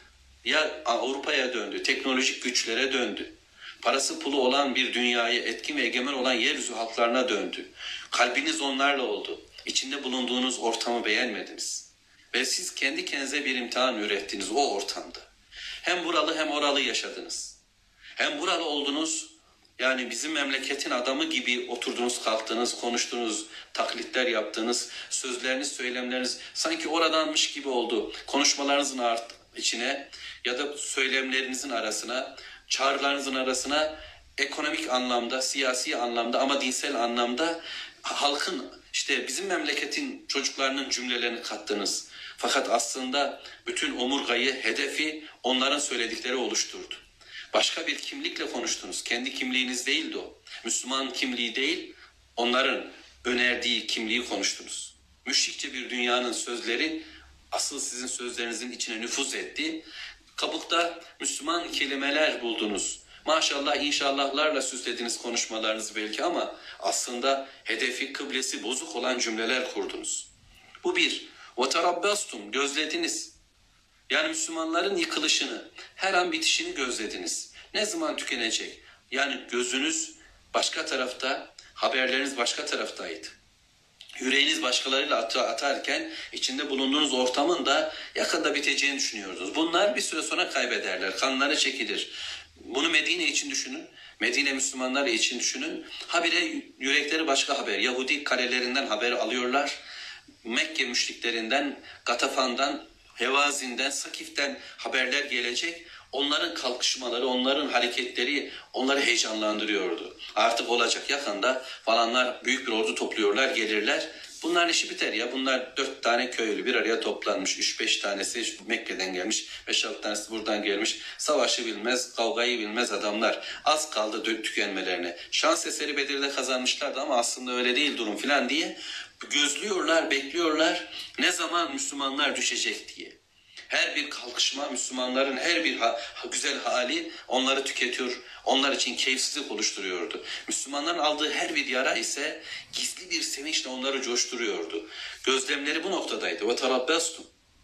Ya Avrupa'ya döndü, teknolojik güçlere döndü. Parası pulu olan bir dünyaya etkin ve egemen olan yeryüzü halklarına döndü. Kalbiniz onlarla oldu. İçinde bulunduğunuz ortamı beğenmediniz. Ve siz kendi kendinize bir imtihan ürettiniz o ortamda. Hem buralı hem oralı yaşadınız. Hem buralı oldunuz, yani bizim memleketin adamı gibi oturdunuz, kalktınız, konuştunuz, taklitler yaptınız, sözleriniz, söylemleriniz sanki oradanmış gibi oldu. Konuşmalarınızın içine ya da söylemlerinizin arasına, çağrılarınızın arasına ekonomik anlamda, siyasi anlamda ama dinsel anlamda halkın, işte bizim memleketin çocuklarının cümlelerini kattınız. Fakat aslında bütün omurgayı, hedefi onların söyledikleri oluşturdu. Başka bir kimlikle konuştunuz. Kendi kimliğiniz değildi o. Müslüman kimliği değil, onların önerdiği kimliği konuştunuz. Müşrikçe bir dünyanın sözleri asıl sizin sözlerinizin içine nüfuz etti. Kabukta Müslüman kelimeler buldunuz. Maşallah, inşallahlarla süslediniz konuşmalarınızı belki ama aslında hedefi, kıblesi bozuk olan cümleler kurdunuz. Bu bir. وَتَرَبَّسْتُمْ, gözlediniz. Yani Müslümanların yıkılışını, her an bitişini gözlediniz. Ne zaman tükenecek? Yani gözünüz başka tarafta, haberleriniz başka taraftaydı. Yüreğiniz başkalarıyla atarken içinde bulunduğunuz ortamın da yakında biteceğini düşünüyordunuz. Bunlar bir süre sonra kaybederler, kanları çekilir. Bunu Medine için düşünün, Medine Müslümanları için düşünün. Habire yürekleri başka haber, Yahudi kalelerinden haber alıyorlar. Mekke müşriklerinden, Gatafan'dan, Hevazin'den, Sakif'ten haberler gelecek. Onların kalkışmaları, onların hareketleri onları heyecanlandırıyordu. Artık olacak, yakında falanlar büyük bir ordu topluyorlar, gelirler. Bunların işi biter ya. Bunlar 4 tane köylü bir araya toplanmış. 3-5 tanesi Mekke'den gelmiş. 5-6 tanesi buradan gelmiş. Savaşı bilmez, kavgayı bilmez adamlar. Az kaldı tükenmelerine. Şans eseri Bedir'de kazanmışlardı ama aslında öyle değil durum filan diye gözlüyorlar, bekliyorlar. Ne zaman Müslümanlar düşecek diye. Her bir kalkışma, Müslümanların her bir güzel hali onları tüketiyor, onlar için keyifsizlik oluşturuyordu. Müslümanların aldığı her bir yara ise gizli bir sevinçle onları coşturuyordu. Gözlemleri bu noktadaydı. وَتَرَبَّسْتُمْ.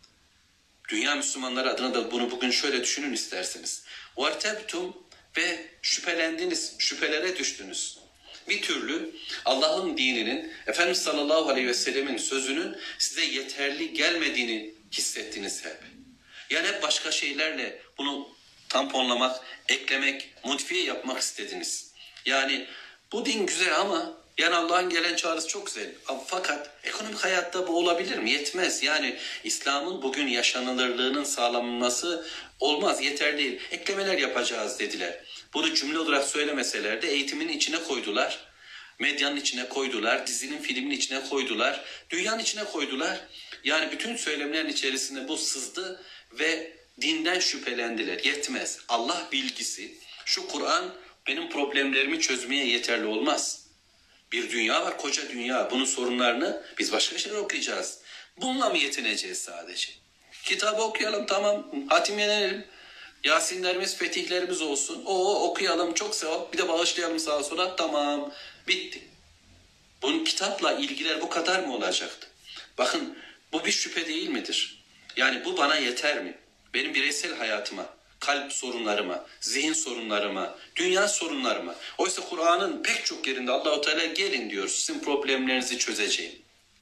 Dünya Müslümanları adına da bunu bugün şöyle düşünün isterseniz. وَارْتَبْتُمْ ve şüphelendiniz, şüphelere düştünüz. Bir türlü Allah'ın dininin, Efendimiz sallallahu aleyhi ve sellemin sözünün size yeterli gelmediğini hissettiniz hep. Yani hep başka şeylerle bunu tamponlamak, eklemek, modifiye yapmak istediniz. Yani bu din güzel ama yani Allah'ın gelen çağrısı çok güzel. Fakat ekonomik hayatta bu olabilir mi? Yetmez. Yani İslam'ın bugün yaşanılırlığının sağlanması olmaz, yeter değil. Eklemeler yapacağız dediler. Bunu cümle olarak söylemeseler de eğitimin içine koydular. Medyanın içine koydular, dizinin, filmin içine koydular, dünyanın içine koydular. Yani bütün söylemlerin içerisinde bu sızdı ve dinden şüphelendiler. Yetmez. Allah bilgisi, şu Kur'an benim problemlerimi çözmeye yeterli olmaz. Bir dünya var, koca dünya. Bunun sorunlarını biz başka şeyler okuyacağız. Bununla mı yetineceğiz sadece? Kitabı okuyalım, tamam, hatimlenelim. Yasinlerimiz, fetihlerimiz olsun. Okuyalım, çok sevap. Bir de bağışlayalım sağa sola, tamam, bitti. Bunun kitapla ilgiler bu kadar mı olacaktı? Bakın, bu bir şüphe değil midir? Yani bu bana yeter mi? Benim bireysel hayatıma, kalp sorunlarıma, zihin sorunlarıma, dünya sorunlarıma. Oysa Kur'an'ın pek çok yerinde Allah-u Teala gelin diyor, sizin problemlerinizi çözeceğim.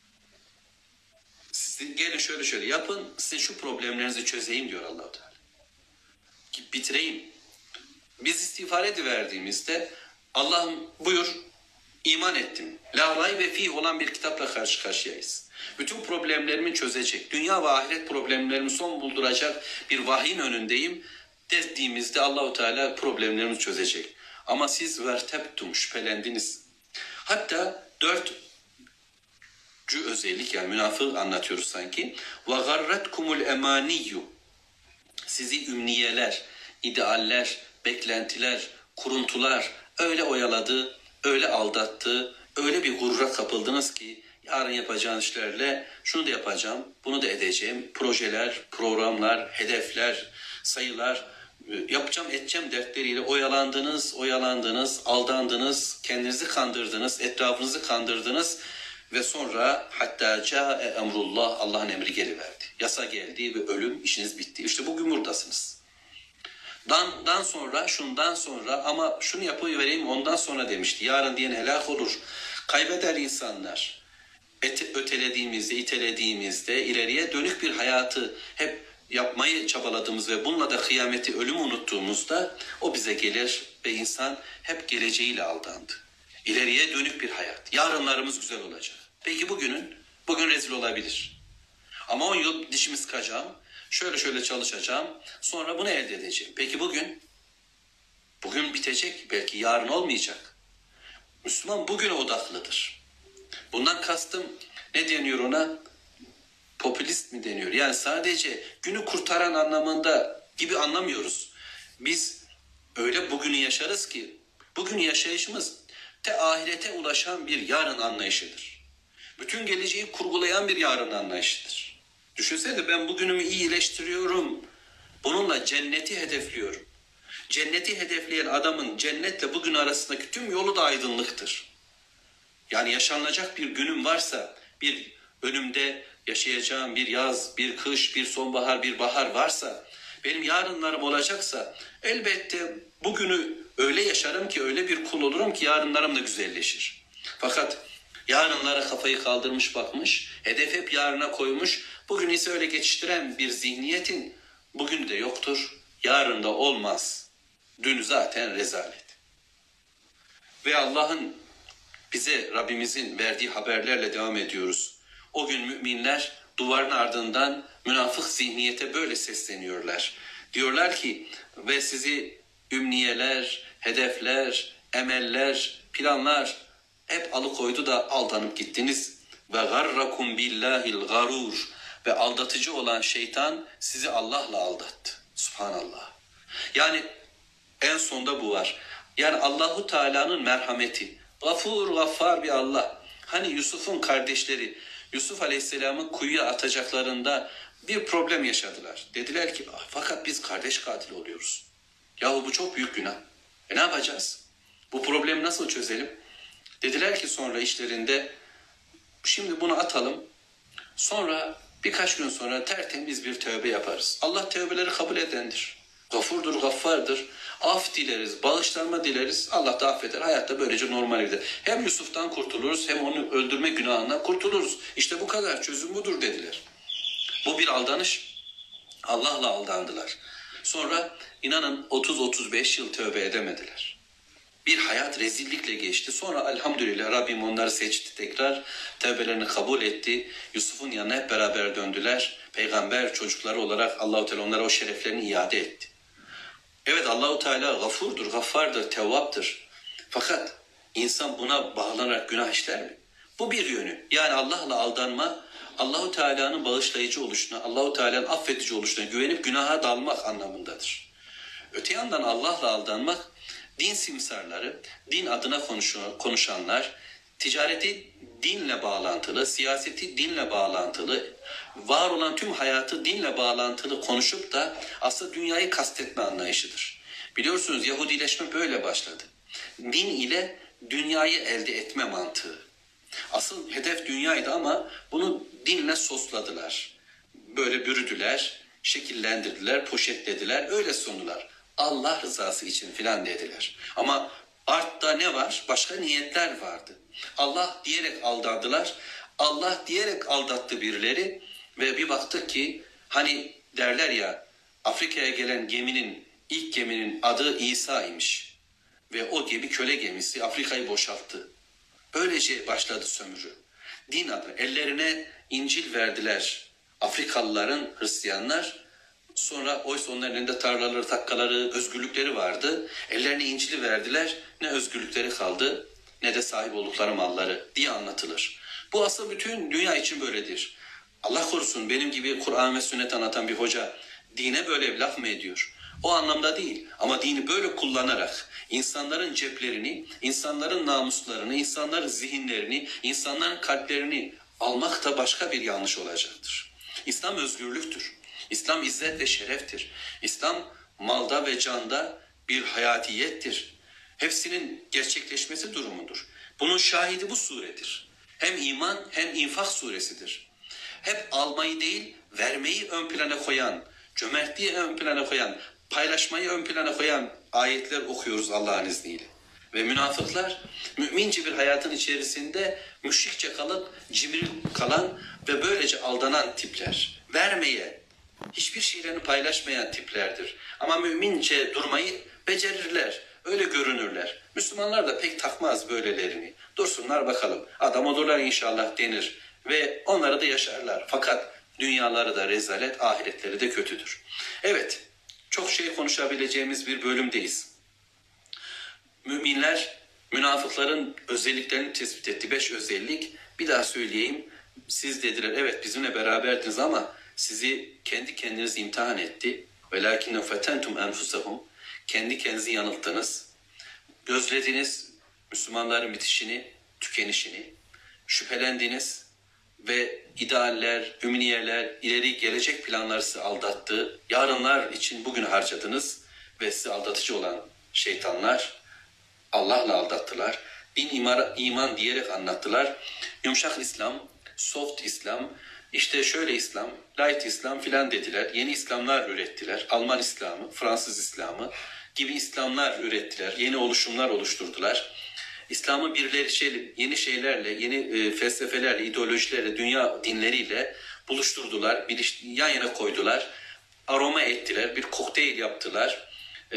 Siz gelin şöyle yapın, sizin şu problemlerinizi çözeyim diyor Allah-u Teala. Bitireyim. Biz istiğfar ediverdiğimizde Allah'ım buyur, iman ettim. La raybe fîh olan bir kitapla karşı karşıyayız. Bütün problemlerimi çözecek, dünya ve ahiret problemlerimi son bulduracak bir vahyin önündeyim dediğimizde Allahu Teala problemlerimizi çözecek. Ama siz vertebtum, şüphelendiniz. Hatta dördüncü özellik, yani münafığı anlatıyoruz sanki. Ve garretkumul emaniyyu. Sizi ümniyeler, idealler, beklentiler, kuruntular öyle oyaladı, öyle aldattı, öyle bir gurura kapıldınız ki yarın yapacağınız işlerle şunu da yapacağım, bunu da edeceğim, projeler, programlar, hedefler, sayılar, yapacağım, edeceğim dertleriyle oyalandınız, aldandınız, kendinizi kandırdınız, etrafınızı kandırdınız ve sonra hatta ca'e emrullah, Allah'ın emri geliverdi. Yasa geldi ve ölüm, işiniz bitti. İşte bugün buradasınız. Şundan sonra ama şunu yapıvereyim ondan sonra demişti. Yarın diyen helak olur. Kaybeder insanlar. Ötelediğimizde, itelediğimizde ileriye dönük bir hayatı hep yapmayı çabaladığımız ve bununla da kıyameti, ölümü unuttuğumuzda o bize gelir ve insan hep geleceğiyle aldandı. İleriye dönük bir hayat. Yarınlarımız güzel olacak. Peki bugün rezil olabilir. Ama 10 yıl dişimi sıkacağım, şöyle çalışacağım, sonra bunu elde edeceğim. Peki bugün bitecek, belki yarın olmayacak. Müslüman bugüne odaklıdır. Bundan kastım ne deniyor ona? Popülist mi deniyor? Yani sadece günü kurtaran anlamında gibi anlamıyoruz. Biz öyle bugünü yaşarız ki, bugün yaşayışımız ahirete ulaşan bir yarın anlayışıdır. Bütün geleceği kurgulayan bir yarın anlayışıdır. Düşünsene, ben bugünümü iyileştiriyorum. Bununla cenneti hedefliyorum. Cenneti hedefleyen adamın cennetle bugün arasındaki tüm yolu da aydınlıktır. Yani yaşanacak bir günüm varsa, bir önümde yaşayacağım bir yaz, bir kış, bir sonbahar, bir bahar varsa, benim yarınlarım olacaksa elbette bugünü öyle yaşarım ki, öyle bir kul olurum ki yarınlarım da güzelleşir. Fakat yarınlara kafayı kaldırmış bakmış, hedef hep yarına koymuş, bugün ise öyle geçiştiren bir zihniyetin bugün de yoktur, yarın da olmaz. Dün zaten rezalet. Ve Allah'ın bize, Rabbimizin verdiği haberlerle devam ediyoruz. O gün müminler duvarın ardından münafık zihniyete böyle sesleniyorlar. Diyorlar ki ve sizi ümniyeler, hedefler, emeller, planlar hep alıkoydu da aldanıp gittiniz. Ve garrakum billahil garur, ve aldatıcı olan şeytan sizi Allah'la aldattı. Subhanallah. Yani en sonda bu var. Yani Allahu Teala'nın merhameti. Gafur, gaffar bir Allah. Hani Yusuf'un kardeşleri Yusuf Aleyhisselam'ı kuyuya atacaklarında bir problem yaşadılar. Dediler ki fakat biz kardeş katili oluyoruz. Yahu bu çok büyük günah. Ne yapacağız? Bu problemi nasıl çözelim? Dediler ki sonra işlerinde şimdi bunu atalım. Sonra birkaç gün sonra tertemiz bir tövbe yaparız. Allah tövbeleri kabul edendir. Gafurdur, gaffardır. Af dileriz, bağışlanma dileriz. Allah da affeder. Hayatta böylece normal gider. Hem Yusuf'tan kurtuluruz hem onu öldürme günahından kurtuluruz. İşte bu kadar. Çözüm budur dediler. Bu bir aldanış. Allah'la aldandılar. Sonra inanın 30-35 yıl tövbe edemediler. Bir hayat rezillikle geçti. Sonra elhamdülillah Rabbim onları seçti tekrar. Tevbelerini kabul etti. Yusuf'un yanına hep beraber döndüler. Peygamber çocukları olarak Allah-u Teala onlara o şereflerini iade etti. Evet, Allah-u Teala gafurdur, gaffardır, tevvaptır. Fakat insan buna bağlanarak günah işler mi? Bu bir yönü. Yani Allah'la aldanma, Allah-u Teala'nın bağışlayıcı oluşuna, Allah-u Teala'nın affedici oluşuna güvenip günaha dalmak anlamındadır. Öte yandan Allah'la aldanmak, din simsarları, din adına konuşanlar, ticareti dinle bağlantılı, siyaseti dinle bağlantılı, var olan tüm hayatı dinle bağlantılı konuşup da aslında dünyayı kastetme anlayışıdır. Biliyorsunuz Yahudileşme böyle başladı. Din ile dünyayı elde etme mantığı. Asıl hedef dünyaydı ama bunu dinle sosladılar. Böyle bürüdüler, şekillendirdiler, poşetlediler, öyle sundular. Allah rızası için filan dediler. Ama artta ne var? Başka niyetler vardı. Allah diyerek aldandılar. Allah diyerek aldattı birileri ve bir baktık ki hani derler ya, Afrika'ya gelen ilk geminin adı İsa'ymış. Ve o gemi köle gemisi Afrika'yı boşalttı. Böylece başladı sömürü. Din adı. Ellerine İncil verdiler Afrikalıların, Hristiyanlar. Sonra oysa onların elinde tarlaları, takkaları, özgürlükleri vardı. Ellerine İncil'i verdiler. Ne özgürlükleri kaldı ne de sahip oldukları malları diye anlatılır. Bu aslında bütün dünya için böyledir. Allah korusun benim gibi Kur'an ve sünnet anlatan bir hoca dine böyle bir laf mı ediyor? O anlamda değil ama dini böyle kullanarak insanların ceplerini, insanların namuslarını, insanların zihinlerini, insanların kalplerini almak da başka bir yanlış olacaktır. İslam özgürlüktür. İslam izzet ve şereftir. İslam malda ve canda bir hayatiyettir. Hepsinin gerçekleşmesi durumudur. Bunun şahidi bu suredir. Hem iman hem infak suresidir. Hep almayı değil, vermeyi ön plana koyan, cömertliği ön plana koyan, paylaşmayı ön plana koyan ayetler okuyoruz Allah'ın izniyle. Ve münafıklar mümince bir hayatın içerisinde müşrikçe kalıp cimri kalan ve böylece aldanan tipler. Vermeye, hiçbir şeylerini paylaşmayan tiplerdir. Ama mümince durmayı becerirler. Öyle görünürler. Müslümanlar da pek takmaz böylelerini. Dursunlar bakalım. Adam olurlar inşallah denir. Ve onları da yaşarlar. Fakat dünyaları da rezalet, ahiretleri de kötüdür. Evet, çok şey konuşabileceğimiz bir bölümdeyiz. Müminler, münafıkların özelliklerini tespit etti. 5 özellik. Bir daha söyleyeyim. Siz dediler, evet bizimle beraberdiniz ama sizi kendi kendiniz imtihan etti. وَلَاكِنَّ فَتَنْتُمْ أَنْفُسَهُمْ Kendi kendinizi yanılttınız. Gözlediniz Müslümanların bitişini, tükenişini. Şüphelendiniz ve idealler, ümniyeler, ileri gelecek planlar sizi aldattı. Yarınlar için bugün harcadınız ve sizi aldatıcı olan şeytanlar Allah'la aldattılar. Din iman diyerek anlattılar. Yumuşak İslam, soft İslam, işte şöyle İslam, light İslam filan dediler. Yeni İslamlar ürettiler. Alman İslamı, Fransız İslamı gibi İslamlar ürettiler. Yeni oluşumlar oluşturdular. İslam'ı birileri yeni şeylerle, yeni felsefelerle, ideolojilerle, dünya dinleriyle buluşturdular. Yan yana koydular. Aroma ettiler. Bir kokteyl yaptılar.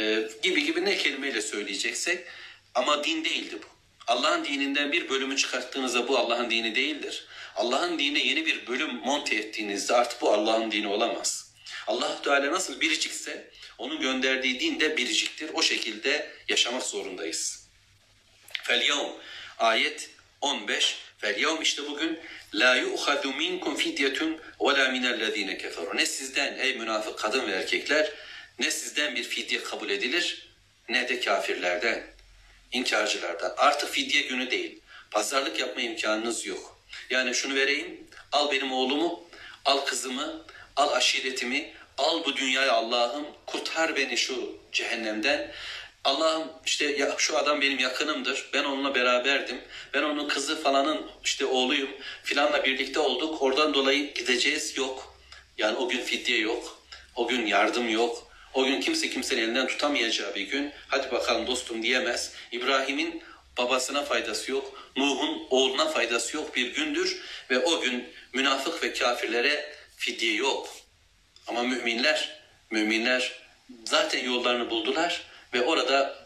Gibi ne kelimeyle söyleyeceksek. Ama din değildi bu. Allah'ın dininden bir bölümü çıkarttığınızda bu Allah'ın dini değildir. Allah'ın dinine yeni bir bölüm monte ettiğinizde artık bu Allah'ın dini olamaz. Allah Teala nasıl biricikse onun gönderdiği din de biriciktir. O şekilde yaşamak zorundayız. Fel-yevm ayet 15. Fel-yevm işte bugün la yu'khadu minkum fidyetun ve la minellezine keferu. Ne sizden ey münafık kadın ve erkekler ne sizden bir fidye kabul edilir ne de kafirlerden, inkarcılardan. Artık fidye günü değil. Pazarlık yapma imkanınız yok. Yani şunu vereyim, al benim oğlumu, al kızımı, al aşiretimi, al bu dünyayı Allah'ım, kurtar beni şu cehennemden. Allah'ım işte ya, şu adam benim yakınımdır, ben onunla beraberdim, ben onun kızı falanın işte oğluyum, filanla birlikte olduk, oradan dolayı gideceğiz, yok. Yani o gün fidye yok, o gün yardım yok, o gün kimse kimsenin elinden tutamayacağı bir gün, hadi bakalım dostum diyemez. İbrahim'in babasına faydası yok, Nuh'un oğluna faydası yok bir gündür ve o gün münafık ve kafirlere fidye yok. Ama müminler zaten yollarını buldular ve orada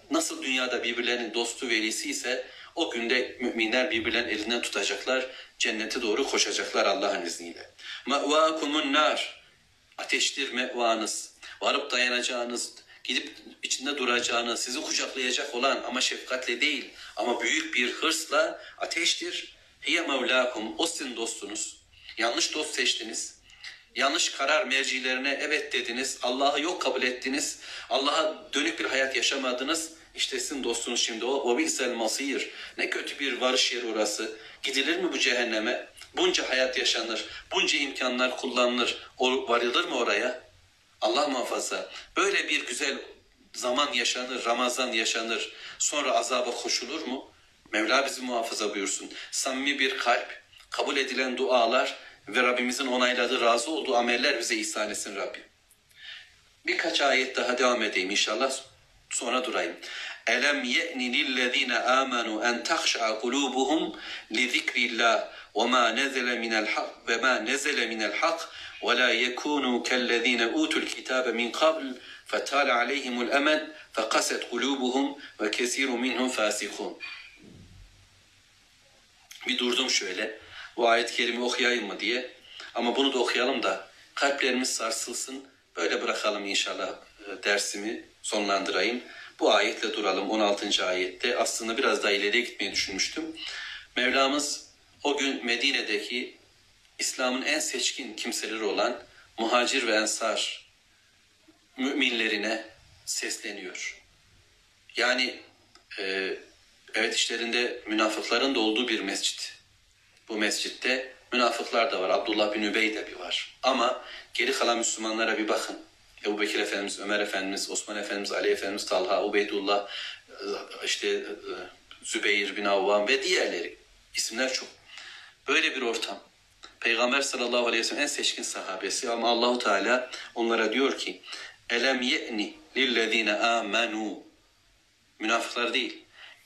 nasıl dünyada birbirlerinin dostu velisi ise o günde müminler birbirlerinin elinden tutacaklar, cennete doğru koşacaklar Allah'ın izniyle. Ma'vakumun nar, ateştir mevanız, varıp dayanacağınız, gidip içinde duracağınız, sizi kucaklayacak olan ama şefkatle değil ama büyük bir hırsla ateştir. Hiye mevlakum, o sizin dostunuz. Yanlış dost seçtiniz. Yanlış karar mercilerine evet dediniz. Allah'ı yok kabul ettiniz. Allah'a dönük bir hayat yaşamadınız. İşte sizin dostunuz şimdi o bi'sel masir. Ne kötü bir varış yeri orası. Gidilir mi bu cehenneme? Bunca hayat yaşanır. Bunca imkanlar kullanılır. Varılır mı oraya? Allah muhafaza. Böyle bir güzel zaman yaşanır. Ramazan yaşanır. Sonra azaba koşulur mu? Mevla bizi muhafaza buyursun. Samimi bir kalp, kabul edilen dualar ve Rabbimizin onayladığı, razı olduğu ameller bize ihsan etsin Rabbim. Birkaç ayet daha devam edeyim inşallah, sonra durayım. Elem ye'ni lillezine amenu en tahş'a kulubuhum li zikrillah ve ma nezele minel hak ve ma nezele minel hak ve la yekunu kellezine utul kitabe min qabl fetale aleyhimul emel fekaset kulubuhum ve kesiru minhum fasikun. Bir durdum şöyle, bu ayet-i kerime okuyayım mı diye. Ama bunu da okuyalım da kalplerimiz sarsılsın. Böyle bırakalım inşallah, dersimi sonlandırayım. Bu ayetle duralım, 16. ayette. Aslında biraz daha ileriye gitmeyi düşünmüştüm. Mevlamız o gün Medine'deki İslam'ın en seçkin kimseleri olan muhacir ve ensar müminlerine sesleniyor. Yani evet, işlerinde münafıkların da olduğu bir mescit. Bu mescitte münafıklar da var. Abdullah bin Übey de bir var. Ama geri kalan Müslümanlara bir bakın. Ebu Bekir Efendimiz, Ömer Efendimiz, Osman Efendimiz, Ali Efendimiz, Talha, Ubeydullah, işte Zübeyir bin Avvam ve diğerleri. İsimler çok. Böyle bir ortam. Peygamber sallallahu aleyhi ve sellem en seçkin sahabesi ama Allahu Teala onlara diyor ki elem ye'ni lillezine amenu, münafıklar değil,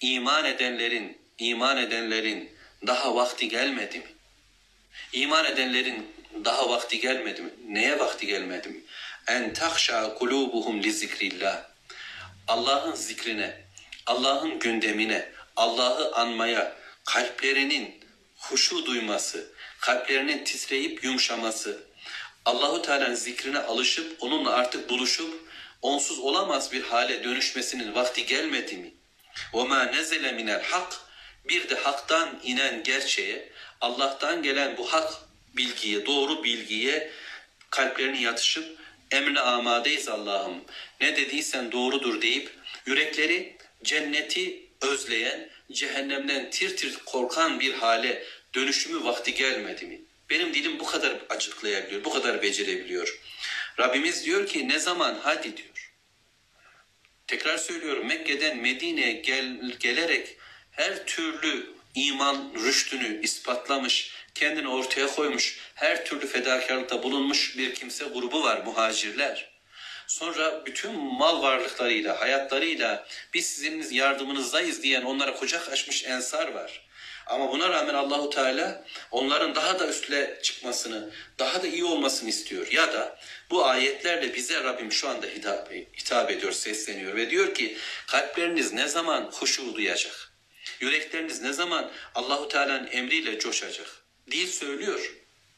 iman edenlerin daha vakti gelmedi mi? İman edenlerin daha vakti gelmedi mi? Neye vakti gelmedi mi? En tahşa kulubuhum li zikrillah. Allah'ın zikrine, Allah'ın gündemine, Allah'ı anmaya kalplerinin huşu duyması, kalplerinin titreyip yumuşaması, Allahu Teala'nın zikrine alışıp onunla artık buluşup onsuz olamaz bir hale dönüşmesinin vakti gelmedi mi? وَمَا نَزَلَ مِنَ الْحَقِّ. Bir de haktan inen gerçeğe, Allah'tan gelen bu hak bilgiye, doğru bilgiye kalplerini yatışıp emrine amadeyiz Allah'ım, ne dediysen doğrudur deyip yürekleri cenneti özleyen, cehennemden tir tir korkan bir hale dönüşümü vakti gelmedi mi? Benim dilim bu kadar açıklayabiliyor, bu kadar becerebiliyor. Rabbimiz diyor ki ne zaman? Hadi diyor. Tekrar söylüyorum, Mekke'den Medine'ye gelerek her türlü iman rüştünü ispatlamış, kendini ortaya koymuş, her türlü fedakarlıkta bulunmuş bir kimse grubu var, muhacirler. Sonra bütün mal varlıklarıyla, hayatlarıyla biz sizin yardımınızdayız diyen onlara kucak açmış ensar var. Ama buna rağmen Allahu Teala onların daha da üstüne çıkmasını, daha da iyi olmasını istiyor. Ya da bu ayetlerle bize Rabbim şu anda hitap ediyor, sesleniyor ve diyor ki kalpleriniz ne zaman huşu duyacak? Yürekleriniz ne zaman Allahu Teala'nın emriyle coşacak? Dil söylüyor,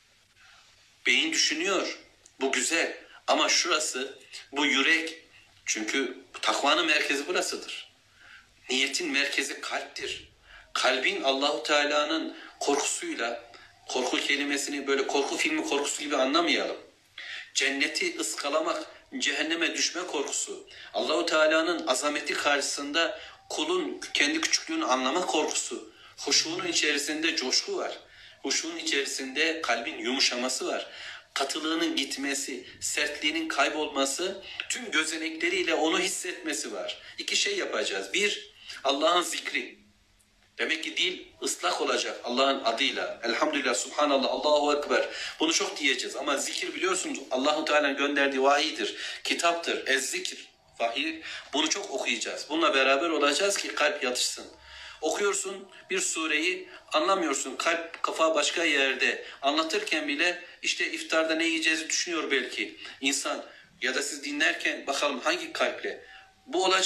beyin düşünüyor, bu güzel ama şurası, bu yürek, çünkü takvanın merkezi burasıdır. Niyetin merkezi kalptir. Kalbin Allahu Teala'nın korkusuyla, korku kelimesini böyle korku filmi korkusu gibi anlamayalım. Cenneti ıskalamak, cehenneme düşme korkusu, Allahu Teala'nın azameti karşısında kulun kendi küçüklüğünü anlama korkusu, huşunun içerisinde coşku var. Huşunun içerisinde kalbin yumuşaması var. Katılığının gitmesi, sertliğinin kaybolması, tüm gözenekleriyle onu hissetmesi var. İki şey yapacağız. Bir, Allah'ın zikri. Demek ki dil ıslak olacak Allah'ın adıyla. Elhamdülillah, subhanallah, Allahu Ekber. Bunu çok diyeceğiz ama zikir biliyorsunuz Allah-u Teala'nın gönderdiği vahidir, kitaptır, ez-zikir, vahiy. Bunu çok okuyacağız. Bununla beraber olacağız ki kalp yatışsın. Okuyorsun bir sureyi, anlamıyorsun. Kalp, kafa başka yerde. Anlatırken bile işte iftarda ne yiyeceğizi düşünüyor belki insan. Ya da siz dinlerken bakalım hangi kalple. Bu olacak.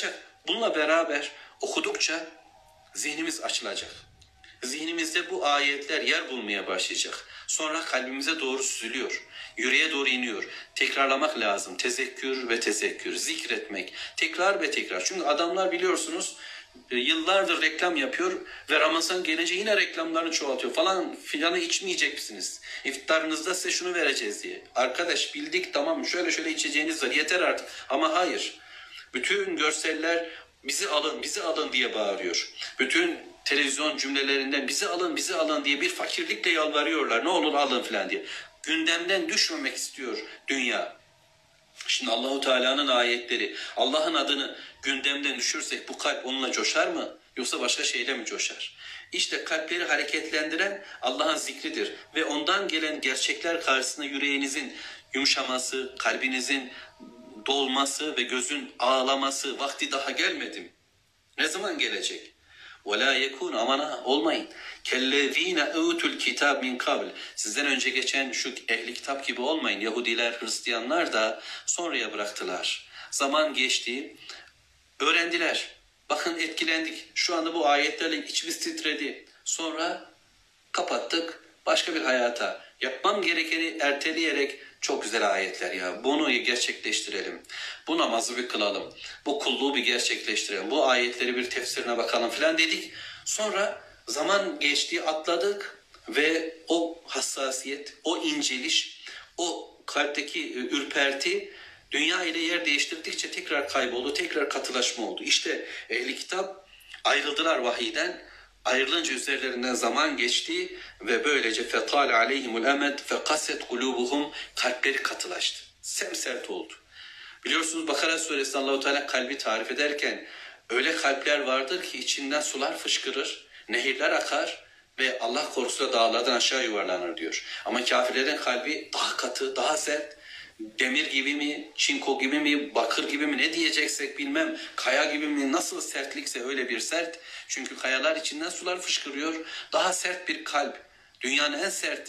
Bununla beraber okudukça zihnimiz açılacak. Zihnimizde bu ayetler yer bulmaya başlayacak. Sonra kalbimize doğru süzülüyor. Yüreğe doğru iniyor. Tekrarlamak lazım. Tezekkür ve tezekkür. Zikretmek. Tekrar ve tekrar. Çünkü adamlar biliyorsunuz yıllardır reklam yapıyor ve Ramazan gelince yine reklamlarını çoğaltıyor. Falan filanı içmeyecek misiniz? İftarınızda size şunu vereceğiz diye. Arkadaş bildik, tamam, şöyle şöyle içeceğiniz var, yeter artık. Ama hayır. Bütün görseller bizi alın, bizi alın diye bağırıyor. Bütün televizyon cümlelerinden bizi alın, bizi alın diye bir fakirlikle yalvarıyorlar. Ne olur alın filan diye. Gündemden düşmemek istiyor dünya. Şimdi Allahu Teala'nın ayetleri, Allah'ın adını gündemden düşürsek bu kalp onunla coşar mı? Yoksa başka şeyle mi coşar? İşte kalpleri hareketlendiren Allah'ın zikridir. Ve ondan gelen gerçekler karşısında yüreğinizin yumuşaması, kalbinizin dolması ve gözün ağlaması vakti daha gelmedi mi? Ne zaman gelecek? وَلَا يَكُونَ Aman olmayın. كَلَّذ۪ينَ اُوتُ الْكِتَابِ مِنْ قَبْلِ Sizden önce geçen şu ehli kitap gibi olmayın. Yahudiler, Hristiyanlar da sonraya bıraktılar. Zaman geçti, öğrendiler. Bakın etkilendik. Şu anda bu ayetlerle içimiz titredi. Sonra kapattık, başka bir hayata. Yapmam gerekeni erteleyerek çok güzel ayetler ya. Bunu gerçekleştirelim. Bu namazı bir kılalım. Bu kulluğu bir gerçekleştirelim. Bu ayetleri bir tefsirine bakalım filan dedik. Sonra zaman geçti, atladık ve o hassasiyet, o inceliş, o kalpteki ürperti dünya ile yer değiştirdikçe tekrar kayboldu, tekrar katılaşma oldu. İşte ehli kitap ayrıldılar vahiyden. Ayrılınca üzerlerinden zaman geçti ve böylece فَطَالَ عَلَيْهِمُ الْاَمَدْ فَقَسَتْ قُلُوبُهُمْ Kalpleri katılaştı. Semsert oldu. Biliyorsunuz Bakara suresinde Allah-u Teala kalbi tarif ederken öyle kalpler vardır ki içinden sular fışkırır, nehirler akar ve Allah korkusuyla dağlardan aşağı yuvarlanır diyor. Ama kafirlerin kalbi daha katı, daha sert, demir gibi mi, çinko gibi mi, bakır gibi mi ne diyeceksek bilmem, kaya gibi mi, nasıl sertlikse öyle bir sert. Çünkü kayalar içinden sular fışkırıyor. Daha sert bir kalp, dünyanın en sert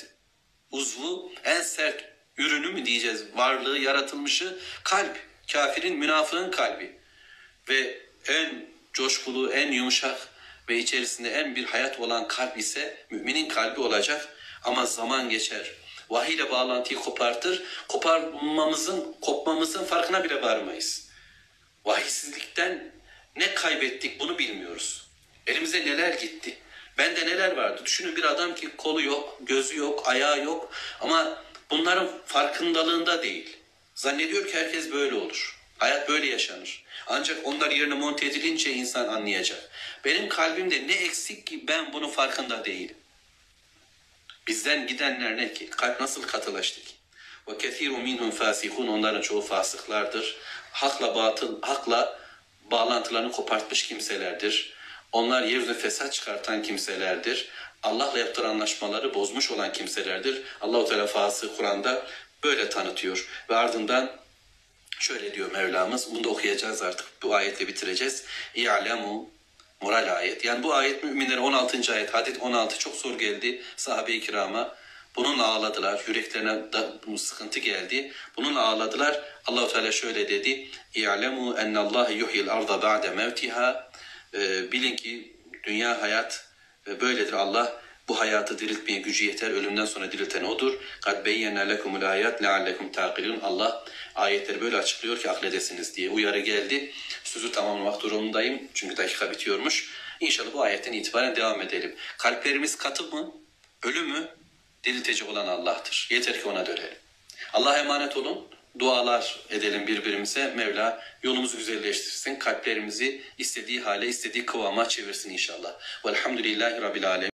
uzvu, en sert ürünü mü diyeceğiz, varlığı, yaratılmışı kalp. Kafirin, münafığın kalbi. Ve en coşkulu, en yumuşak ve içerisinde en bir hayat olan kalp ise müminin kalbi olacak. Ama zaman geçer. Vahiy ile bağlantıyı kopartır. Kopmamızın farkına bile varmayız. Vahiysizlikten ne kaybettik bunu bilmiyoruz. Elimize neler gitti. Bende neler vardı. Düşünün bir adam ki kolu yok, gözü yok, ayağı yok. Ama bunların farkındalığında değil. Zannediyor ki herkes böyle olur. Hayat böyle yaşanır. Ancak onlar yerine monte edilince insan anlayacak. Benim kalbimde ne eksik ki ben bunun farkında değilim. Bizden gidenler ne ki? Kalp nasıl katılaştı ki? وَكَثِيرٌ مِنْهُمْ فَاسِقُونَ Onların çoğu fasıklardır. Hakla bağlantılarını kopartmış kimselerdir. Onlar yeryüzüne fesat çıkartan kimselerdir. Allah'la yaptığı anlaşmaları bozmuş olan kimselerdir. Allah-u Teala fasığı Kur'an'da böyle tanıtıyor. Ve ardından şöyle diyor Mevlamız, bunu da okuyacağız artık, bu ayetle bitireceğiz. İ'lemu, moral ayet. Yani bu ayet müminlere 16. ayet, hadis 16 çok zor geldi sahabe-i kirama. Bununla ağladılar, yüreklerine da sıkıntı geldi. Bununla ağladılar. Allah-u Teala şöyle dedi. İ'lemu ennallâhe yuhyil arda ba'de mevtiha. Bilin ki dünya hayat böyledir. Allah bu hayatı diriltmeye gücü yeter. Ölümden sonra dirilten odur. قَدْ بَيَّنَا لَكُمُ الْآيَاتِ لَعَلَّكُمْ تَعْقِلُونَ Allah ayetleri böyle açıklıyor ki akledesiniz diye uyarı geldi. Sözü tamamlamak durumundayım. Çünkü dakika bitiyormuş. İnşallah bu ayetten itibaren devam edelim. Kalplerimiz katı mı? Ölü mü? Dirilteci olan Allah'tır. Yeter ki ona dönelim. Allah'a emanet olun. Dualar edelim birbirimize. Mevla yolumuzu güzelleştirsin. Kalplerimizi istediği hale, istediği kıvama çevirsin inşallah. Velhamdülillahi Rabbil Alemin.